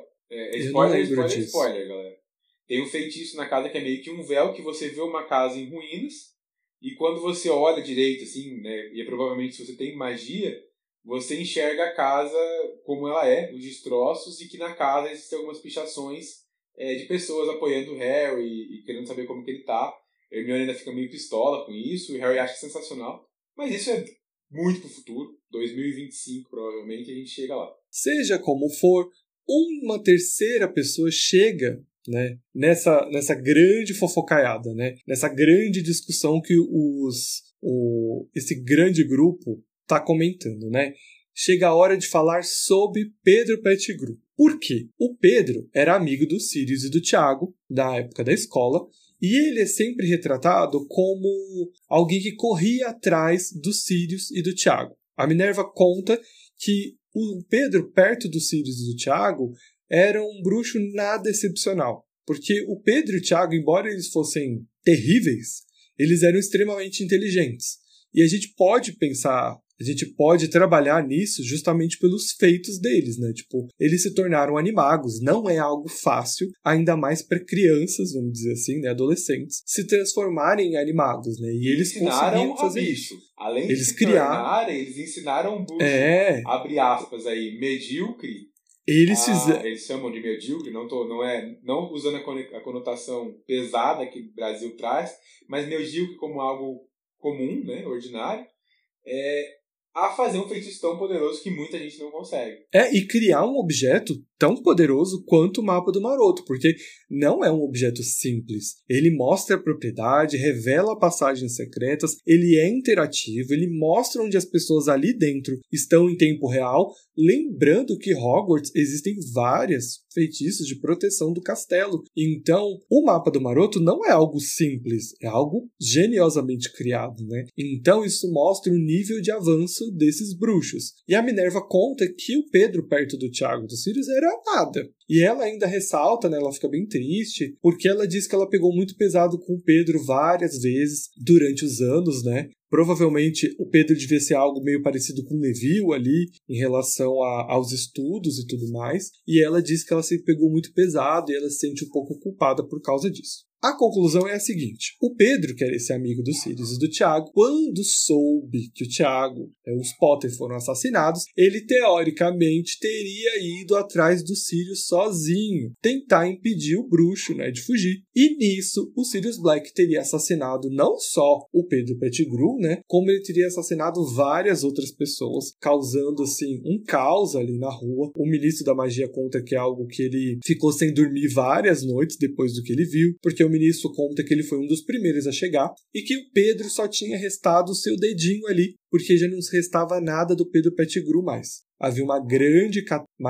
Spoiler, galera. Tem um feitiço na casa que é meio que um véu, que você vê uma casa em ruínas, e quando você olha direito, assim, né, e provavelmente se você tem magia, você enxerga a casa como ela é, os destroços, e que na casa existem algumas pichações de pessoas apoiando o Harry e querendo saber como que ele tá. Hermione ainda fica meio pistola com isso, e o Harry acha sensacional. Mas isso é muito pro futuro. 2025, provavelmente, a gente chega lá. Seja como for, uma terceira pessoa chega, né, nessa grande fofocaiada, né, nessa grande discussão que esse grande grupo está comentando, né? Chega a hora de falar sobre Pedro Pettigrew. Por quê? O Pedro era amigo do Sirius e do Tiago, da época da escola, e ele é sempre retratado como alguém que corria atrás do Sirius e do Tiago. A Minerva conta que o Pedro, perto do Sirius e do Tiago, era um bruxo nada excepcional. Porque o Pedro e o Tiago, embora eles fossem terríveis, eles eram extremamente inteligentes. E a gente pode pensar, a gente pode trabalhar nisso justamente pelos feitos deles, né? Tipo, eles se tornaram animagos. Não é algo fácil, ainda mais para crianças, vamos dizer assim, né? Adolescentes, se transformarem em animagos, né? E eles conseguiram fazer isso. Além de eles ensinaram um bruxo, abre aspas aí, medíocre. Eles chamam de medíocre, não usando a conotação pesada que o Brasil traz, mas medíocre como algo comum, né, ordinário, a fazer um feitiço tão poderoso que muita gente não consegue. E criar um objeto tão poderoso quanto o Mapa do Maroto, porque não é um objeto simples. Ele mostra a propriedade, revela passagens secretas, ele é interativo, ele mostra onde as pessoas ali dentro estão em tempo real, lembrando que Hogwarts existem vários feitiços de proteção do castelo. Então, o Mapa do Maroto não é algo simples, é algo geniosamente criado, né? Então, isso mostra um nível de avanço perto desses bruxos. E a Minerva conta que o Pedro perto do Tiago e do Sirius era nada. E ela ainda ressalta, né, ela fica bem triste, porque ela diz que ela pegou muito pesado com o Pedro várias vezes durante os anos, né? Provavelmente o Pedro devia ser algo meio parecido com o Neville ali, em relação aos estudos e tudo mais. E ela diz que ela se pegou muito pesado e ela se sente um pouco culpada por causa disso. A conclusão é a seguinte: o Pedro, que era esse amigo do Sirius e do Tiago, quando soube que o Tiago e os Potter foram assassinados, ele teoricamente teria ido atrás do Sirius sozinho, tentar impedir o bruxo, né, de fugir. E nisso, o Sirius Black teria assassinado não só o Pedro Pettigrew, né, como ele teria assassinado várias outras pessoas, causando assim um caos ali na rua. O ministro da magia conta que é algo que ele ficou sem dormir várias noites depois do que ele viu, porque o ministro conta que ele foi um dos primeiros a chegar e que o Pedro só tinha restado o seu dedinho ali, porque já não restava nada do Pedro Pettigrew mais. Havia uma grande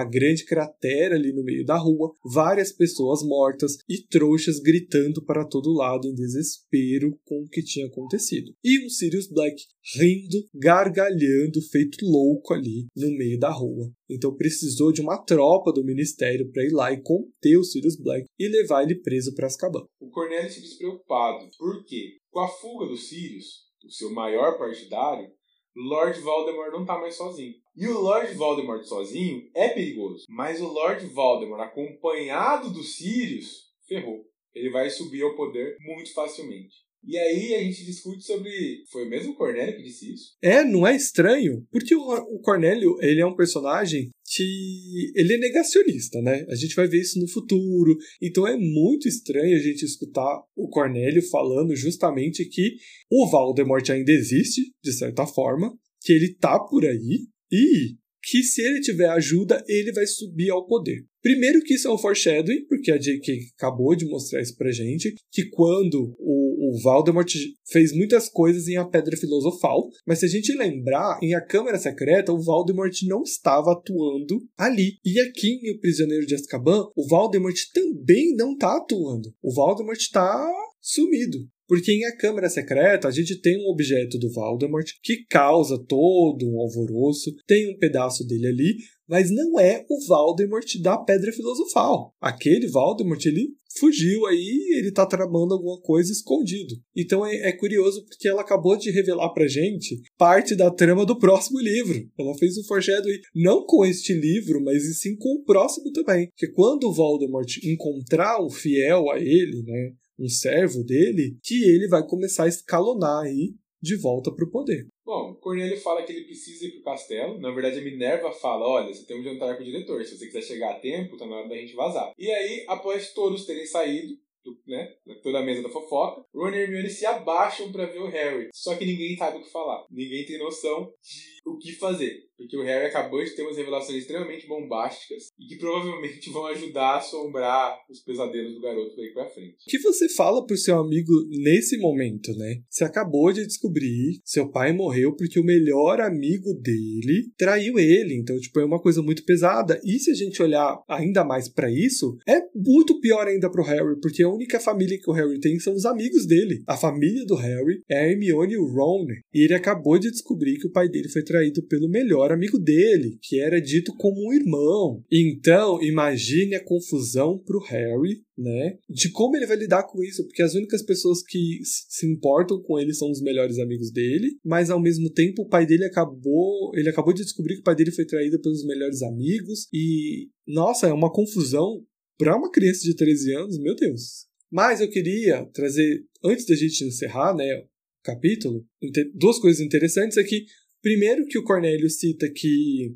cratera ali no meio da rua, várias pessoas mortas e trouxas gritando para todo lado em desespero com o que tinha acontecido. E um Sirius Black rindo, gargalhando, feito louco ali no meio da rua. Então precisou de uma tropa do ministério para ir lá e conter o Sirius Black e levar ele preso para Azkaban. O Cornélio se despreocupado, porque com a fuga do Sirius, o seu maior partidário, Lord Voldemort não tá mais sozinho. E o Lord Voldemort sozinho é perigoso. Mas o Lord Voldemort acompanhado do Sirius, ferrou. Ele vai subir ao poder muito facilmente. E aí a gente discute sobre... Foi mesmo o Cornélio que disse isso? Não é estranho? Porque o Cornélio, ele é um personagem que... Ele é negacionista, né? A gente vai ver isso no futuro. Então é muito estranho a gente escutar o Cornélio falando justamente que o Voldemort ainda existe, de certa forma, que ele tá por aí e que se ele tiver ajuda, ele vai subir ao poder. Primeiro que isso é um foreshadowing, porque a J.K. acabou de mostrar isso pra gente, que quando o Voldemort fez muitas coisas em A Pedra Filosofal, mas se a gente lembrar, em A Câmara Secreta, o Voldemort não estava atuando ali. E aqui em O Prisioneiro de Azkaban, o Voldemort também não tá atuando. O Voldemort tá sumido. Porque em A Câmara Secreta, a gente tem um objeto do Voldemort que causa todo um alvoroço, tem um pedaço dele ali, mas não é o Voldemort da Pedra Filosofal. Aquele Voldemort, ele fugiu aí, ele tá tramando alguma coisa escondido. Então é curioso porque ela acabou de revelar pra gente parte da trama do próximo livro. Ela fez um foreshadowing não com este livro, mas sim com o próximo também. Que quando o Voldemort encontrar um fiel a ele, né, um servo dele, que ele vai começar a escalonar aí de volta pro poder. Bom, Cornélio fala que ele precisa ir pro castelo. Na verdade, a Minerva fala, olha, você tem um jantar com o diretor. Se você quiser chegar a tempo, tá na hora da gente vazar. E aí, após todos terem saído, né, toda a mesa da fofoca, Ron e Hermione se abaixam pra ver o Harry. Só que ninguém sabe o que falar. Ninguém tem noção de o que fazer. Porque o Harry acabou de ter umas revelações extremamente bombásticas e que provavelmente vão ajudar a assombrar os pesadelos do garoto daí pra frente. O que você fala pro seu amigo nesse momento, né? Você acabou de descobrir, seu pai morreu porque o melhor amigo dele traiu ele. Então, tipo, é uma coisa muito pesada. E se a gente olhar ainda mais pra isso, é muito pior ainda pro Harry, porque a única família que o Harry tem são os amigos dele. A família do Harry é a Hermione e o Ron. E ele acabou de descobrir que o pai dele foi traído pelo melhor amigo dele, que era dito como um irmão. Então, imagine a confusão pro Harry, né? De como ele vai lidar com isso, porque as únicas pessoas que se importam com ele são os melhores amigos dele, mas ao mesmo tempo o pai dele acabou de descobrir que o pai dele foi traído pelos melhores amigos e, nossa, é uma confusão para uma criança de 13 anos, meu Deus. Mas eu queria trazer, antes da gente encerrar, né, o capítulo, duas coisas interessantes aqui. Primeiro que o Cornélio cita que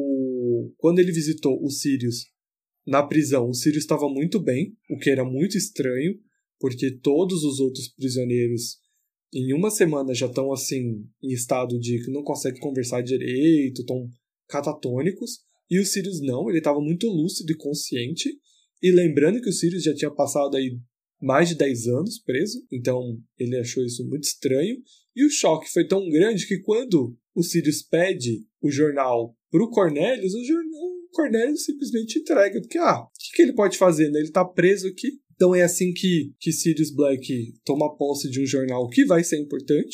quando ele visitou o Sirius na prisão, o Sirius estava muito bem, o que era muito estranho, porque todos os outros prisioneiros em uma semana já estão assim em estado de que não conseguem conversar direito, estão catatônicos, e o Sirius não, ele estava muito lúcido e consciente, e lembrando que o Sirius já tinha passado aí mais de 10 anos preso, então ele achou isso muito estranho, e o choque foi tão grande que quando o Sirius pede o jornal pro Cornelius, o Cornelius simplesmente entrega, porque, o que ele pode fazer, né? Ele tá preso aqui. Então é assim que Sirius Black toma posse de um jornal que vai ser importante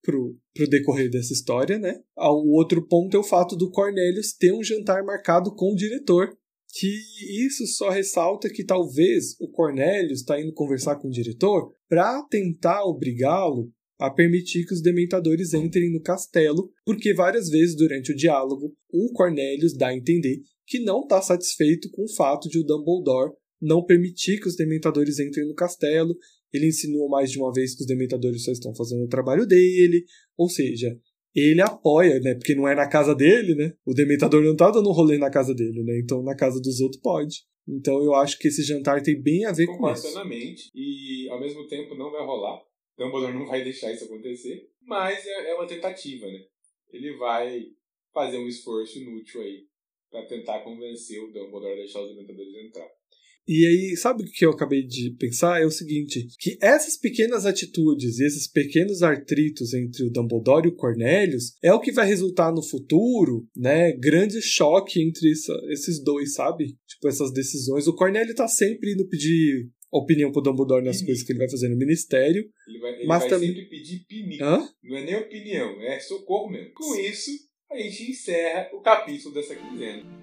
pro decorrer dessa história, né? O outro ponto é o fato do Cornelius ter um jantar marcado com o diretor, que isso só ressalta que talvez o Cornelius está indo conversar com o diretor para tentar obrigá-lo a permitir que os Dementadores entrem no castelo, porque várias vezes durante o diálogo o Cornelius dá a entender que não está satisfeito com o fato de o Dumbledore não permitir que os Dementadores entrem no castelo. Ele insinuou mais de uma vez que os Dementadores só estão fazendo o trabalho dele, ou seja, ele apoia, né? Porque não é na casa dele, né? O Dementador não tá dando um rolê na casa dele, né? Então na casa dos outros pode. Então eu acho que esse jantar tem bem a ver com isso. Concordo plenamente. E ao mesmo tempo não vai rolar. Dumbledore não vai deixar isso acontecer. Mas é uma tentativa, né? Ele vai fazer um esforço inútil aí pra tentar convencer o Dumbledore a deixar os Dementadores entrar. E aí, sabe o que eu acabei de pensar? É o seguinte, que essas pequenas atitudes e esses pequenos atritos entre o Dumbledore e o Cornelius é o que vai resultar no futuro, né, grande choque entre esses dois, sabe? Tipo, essas decisões. O Cornelius tá sempre indo pedir opinião pro Dumbledore nas coisas que ele vai fazer no ministério. Ele vai sempre pedir pinico. Não é nem opinião, é socorro mesmo. Com isso, a gente encerra o capítulo dessa quinzena.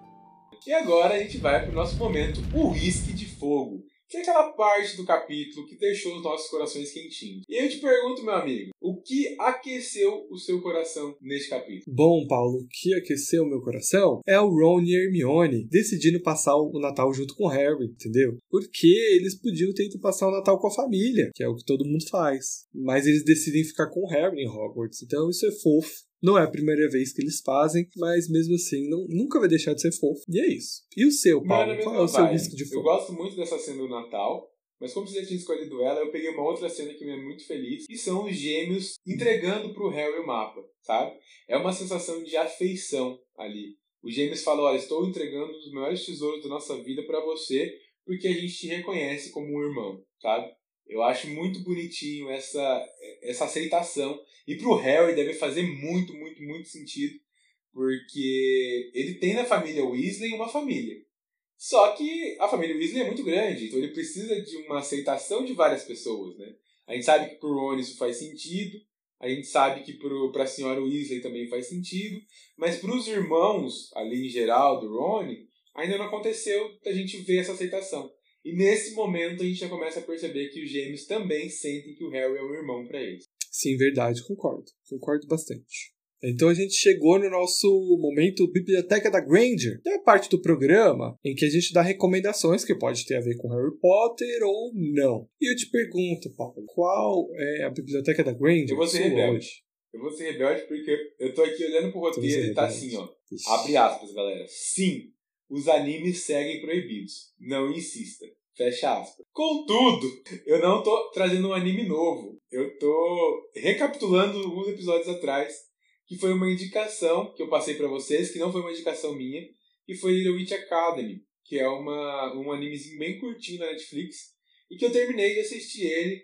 E agora a gente vai para o nosso momento, o Whisky de Fogo, que é aquela parte do capítulo que deixou os nossos corações quentinhos. E eu te pergunto, meu amigo, o que aqueceu o seu coração neste capítulo? Bom, Paulo, o que aqueceu o meu coração é o Ron e a Hermione decidindo passar o Natal junto com o Harry, entendeu? Porque eles podiam ter ido passar o Natal com a família, que é o que todo mundo faz. Mas eles decidem ficar com o Harry em Hogwarts, então isso é fofo. Não é a primeira vez que eles fazem, mas mesmo assim nunca vai deixar de ser fofo. E é isso. E o seu, Paulo? Qual é o seu whisky de fogo? Eu gosto muito dessa cena do Natal, mas como você já tinha escolhido ela, eu peguei uma outra cena que me é muito feliz, que são os gêmeos entregando pro Harry o mapa, sabe? É uma sensação de afeição ali. Os gêmeos falam, olha, estou entregando um dos maiores tesouros da nossa vida para você, porque a gente te reconhece como um irmão, sabe? Eu acho muito bonitinho essa aceitação. E pro Harry deve fazer muito, muito, muito sentido. Porque ele tem na família Weasley uma família. Só que a família Weasley é muito grande. Então ele precisa de uma aceitação de várias pessoas, né? A gente sabe que pro Ron isso faz sentido. A gente sabe que pra senhora Weasley também faz sentido. Mas pros irmãos, ali em geral, do Ron, ainda não aconteceu da gente ver essa aceitação. E nesse momento a gente já começa a perceber que os gêmeos também sentem que o Harry é um irmão para eles. Sim, verdade, concordo. Concordo bastante. Então a gente chegou no nosso momento Biblioteca da Granger, que é a parte do programa em que a gente dá recomendações que pode ter a ver com Harry Potter ou não. E eu te pergunto, Paulo, qual é a Biblioteca da Granger? Eu vou ser rebelde. Eu vou ser rebelde porque eu tô aqui olhando pro roteiro e tá assim, ó. Abre aspas, galera. Sim, os animes seguem proibidos. Não insista. Fecha aspas. Contudo, eu não tô trazendo um anime novo. Eu tô recapitulando alguns episódios atrás, que foi uma indicação que eu passei pra vocês, que não foi uma indicação minha, que foi Little Witch Academy, que é um animezinho bem curtinho na Netflix, e que eu terminei de assistir ele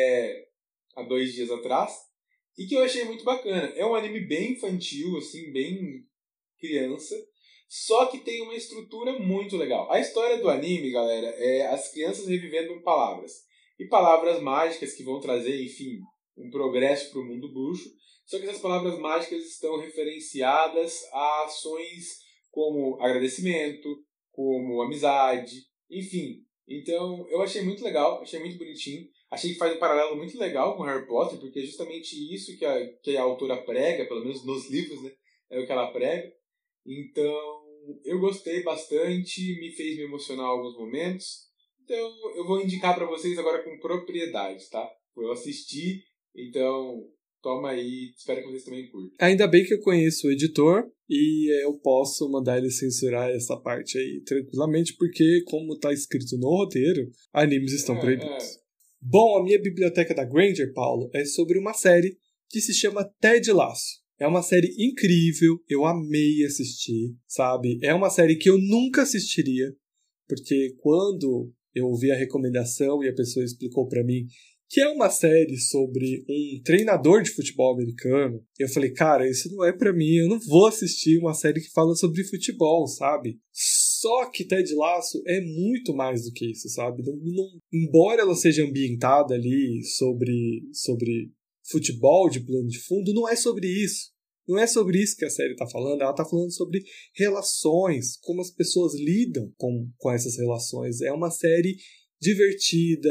há 2 dias atrás, e que eu achei muito bacana. É um anime bem infantil, assim, bem criança, só que tem uma estrutura muito legal. A história do anime, galera, é as crianças revivendo palavras. E palavras mágicas que vão trazer, enfim, um progresso para o mundo bruxo. Só que essas palavras mágicas estão referenciadas a ações como agradecimento, como amizade, enfim. Então, eu achei muito legal, achei muito bonitinho. Achei que faz um paralelo muito legal com Harry Potter, porque é justamente isso que a autora prega, pelo menos nos livros, né? É o que ela prega. Então, eu gostei bastante, me fez me emocionar em alguns momentos. Então, eu vou indicar para vocês agora com propriedade, tá? Eu assisti, então toma aí, espero que vocês também curtam. Ainda bem que eu conheço o editor e eu posso mandar ele censurar essa parte aí tranquilamente, porque como tá escrito no roteiro, animes estão proibidos. Bom, a minha biblioteca da Granger, Paulo, é sobre uma série que se chama Ted Lasso. É uma série incrível, eu amei assistir, sabe? É uma série que eu nunca assistiria, porque quando eu ouvi a recomendação e a pessoa explicou pra mim que é uma série sobre um treinador de futebol americano, eu falei, cara, isso não é pra mim, eu não vou assistir uma série que fala sobre futebol, sabe? Só que Ted Lasso é muito mais do que isso, sabe? Embora ela seja ambientada ali sobre futebol de plano de fundo, não é sobre isso. Não é sobre isso que a série está falando, ela está falando sobre relações, como as pessoas lidam com essas relações. É uma série divertida,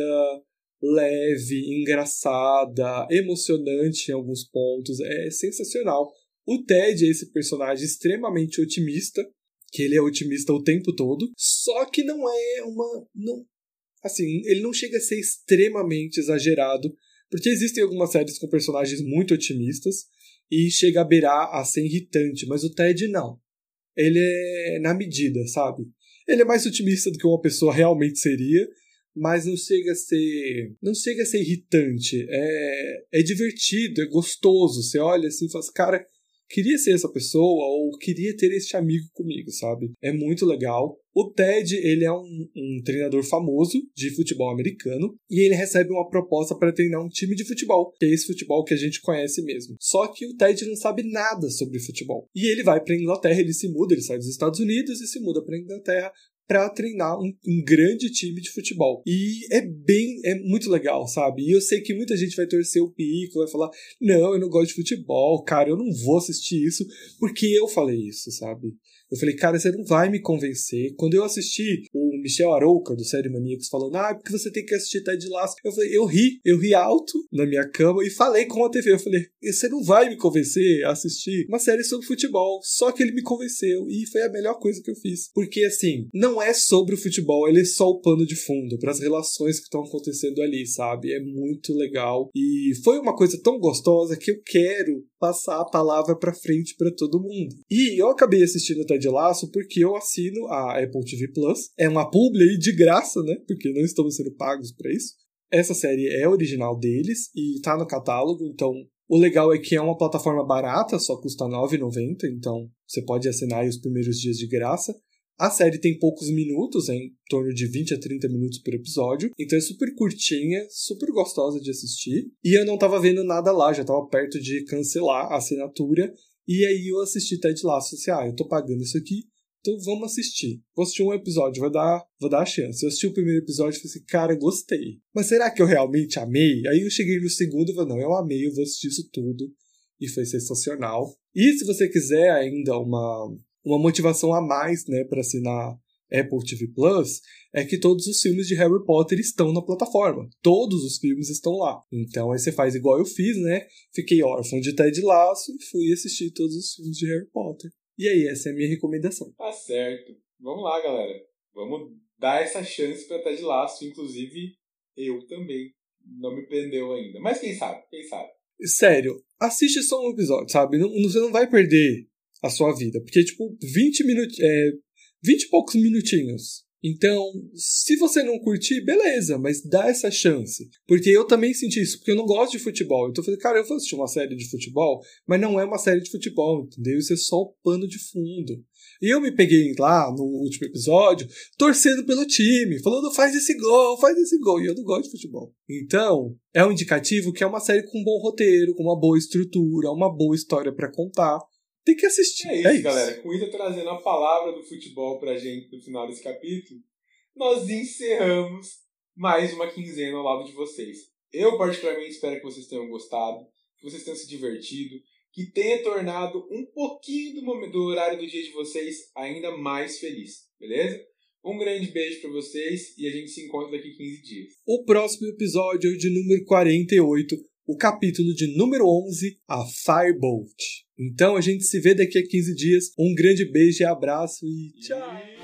leve, engraçada, emocionante em alguns pontos, é sensacional. O Ted é esse personagem extremamente otimista, que ele é otimista o tempo todo, só que não é assim, ele não chega a ser extremamente exagerado, porque existem algumas séries com personagens muito otimistas, e chega a beirar a ser irritante, mas o Ted não. Ele é na medida, sabe? Ele é mais otimista do que uma pessoa realmente seria, mas não chega a ser irritante. É divertido, é gostoso. Você olha assim e fala assim, cara, queria ser essa pessoa ou queria ter este amigo comigo, sabe? É muito legal. O Ted, ele é um treinador famoso de futebol americano e ele recebe uma proposta para treinar um time de futebol, que é esse futebol que a gente conhece mesmo. Só que o Ted não sabe nada sobre futebol. E ele vai para Inglaterra, ele sai dos Estados Unidos e se muda para Inglaterra para treinar um grande time de futebol. E é muito legal, sabe? E eu sei que muita gente vai torcer o pico, vai falar, não, eu não gosto de futebol, cara, eu não vou assistir isso, porque eu falei isso, sabe? Eu falei, cara, você não vai me convencer. Quando eu assisti o Michel Arouca, do Série Maníacos, falando, porque você tem que assistir Ted Lasso. Eu falei, eu ri alto na minha cama e falei com a TV. Eu falei, você não vai me convencer a assistir uma série sobre futebol. Só que ele me convenceu e foi a melhor coisa que eu fiz. Porque, assim, não é sobre o futebol, ele é só o pano de fundo para as relações que estão acontecendo ali, sabe? É muito legal. E foi uma coisa tão gostosa que eu quero passar a palavra pra frente pra todo mundo. E eu acabei assistindo Ted Lasso porque eu assino a Apple TV Plus. É uma publi aí de graça, né? Porque não estamos sendo pagos pra isso. Essa série é original deles e tá no catálogo, então o legal é que é uma plataforma barata, só custa R$ 9,90, então você pode assinar aí os primeiros dias de graça. A série tem poucos minutos, em torno de 20 a 30 minutos por episódio, então é super curtinha, super gostosa de assistir. E eu não tava vendo nada lá, já tava perto de cancelar a assinatura, e aí eu assisti Ted Lasso, assim, eu tô pagando isso aqui, então vamos assistir. Vou assistir um episódio, vou dar a chance. Eu assisti o primeiro episódio e falei assim, cara, gostei. Mas será que eu realmente amei? Aí eu cheguei no segundo e falei, não, eu amei, eu vou assistir isso tudo. E foi sensacional. E se você quiser ainda uma motivação a mais, né, para assinar Apple TV Plus, é que todos os filmes de Harry Potter estão na plataforma. Todos os filmes estão lá. Então aí você faz igual eu fiz, né? Fiquei órfão de Ted Lasso e fui assistir todos os filmes de Harry Potter. E aí, essa é a minha recomendação. Tá certo. Vamos lá, galera. Vamos dar essa chance pra Ted Lasso. Inclusive, eu também. Não me prendeu ainda. Mas quem sabe? Sério, assiste só um episódio, sabe? Você não vai perder a sua vida. Porque, 20 e poucos minutinhos. Então, se você não curtir, beleza, mas dá essa chance. Porque eu também senti isso, porque eu não gosto de futebol. Então eu falei, cara, eu vou assistir uma série de futebol, mas não é uma série de futebol, entendeu? Isso é só o pano de fundo. E eu me peguei lá, no último episódio, torcendo pelo time, falando, faz esse gol, e eu não gosto de futebol. Então, é um indicativo que é uma série com um bom roteiro, com uma boa estrutura, uma boa história pra contar. Tem que assistir. É isso, galera. Com isso, trazendo a palavra do futebol pra gente no final desse capítulo, nós encerramos mais uma quinzena ao lado de vocês. Eu, particularmente, espero que vocês tenham gostado, que vocês tenham se divertido, que tenha tornado um pouquinho do horário do dia de vocês ainda mais feliz, beleza? Um grande beijo pra vocês e a gente se encontra daqui 15 dias. O próximo episódio é de número 48, o capítulo de número 11, a Firebolt. Então a gente se vê daqui a 15 dias. Um grande beijo e abraço e tchau!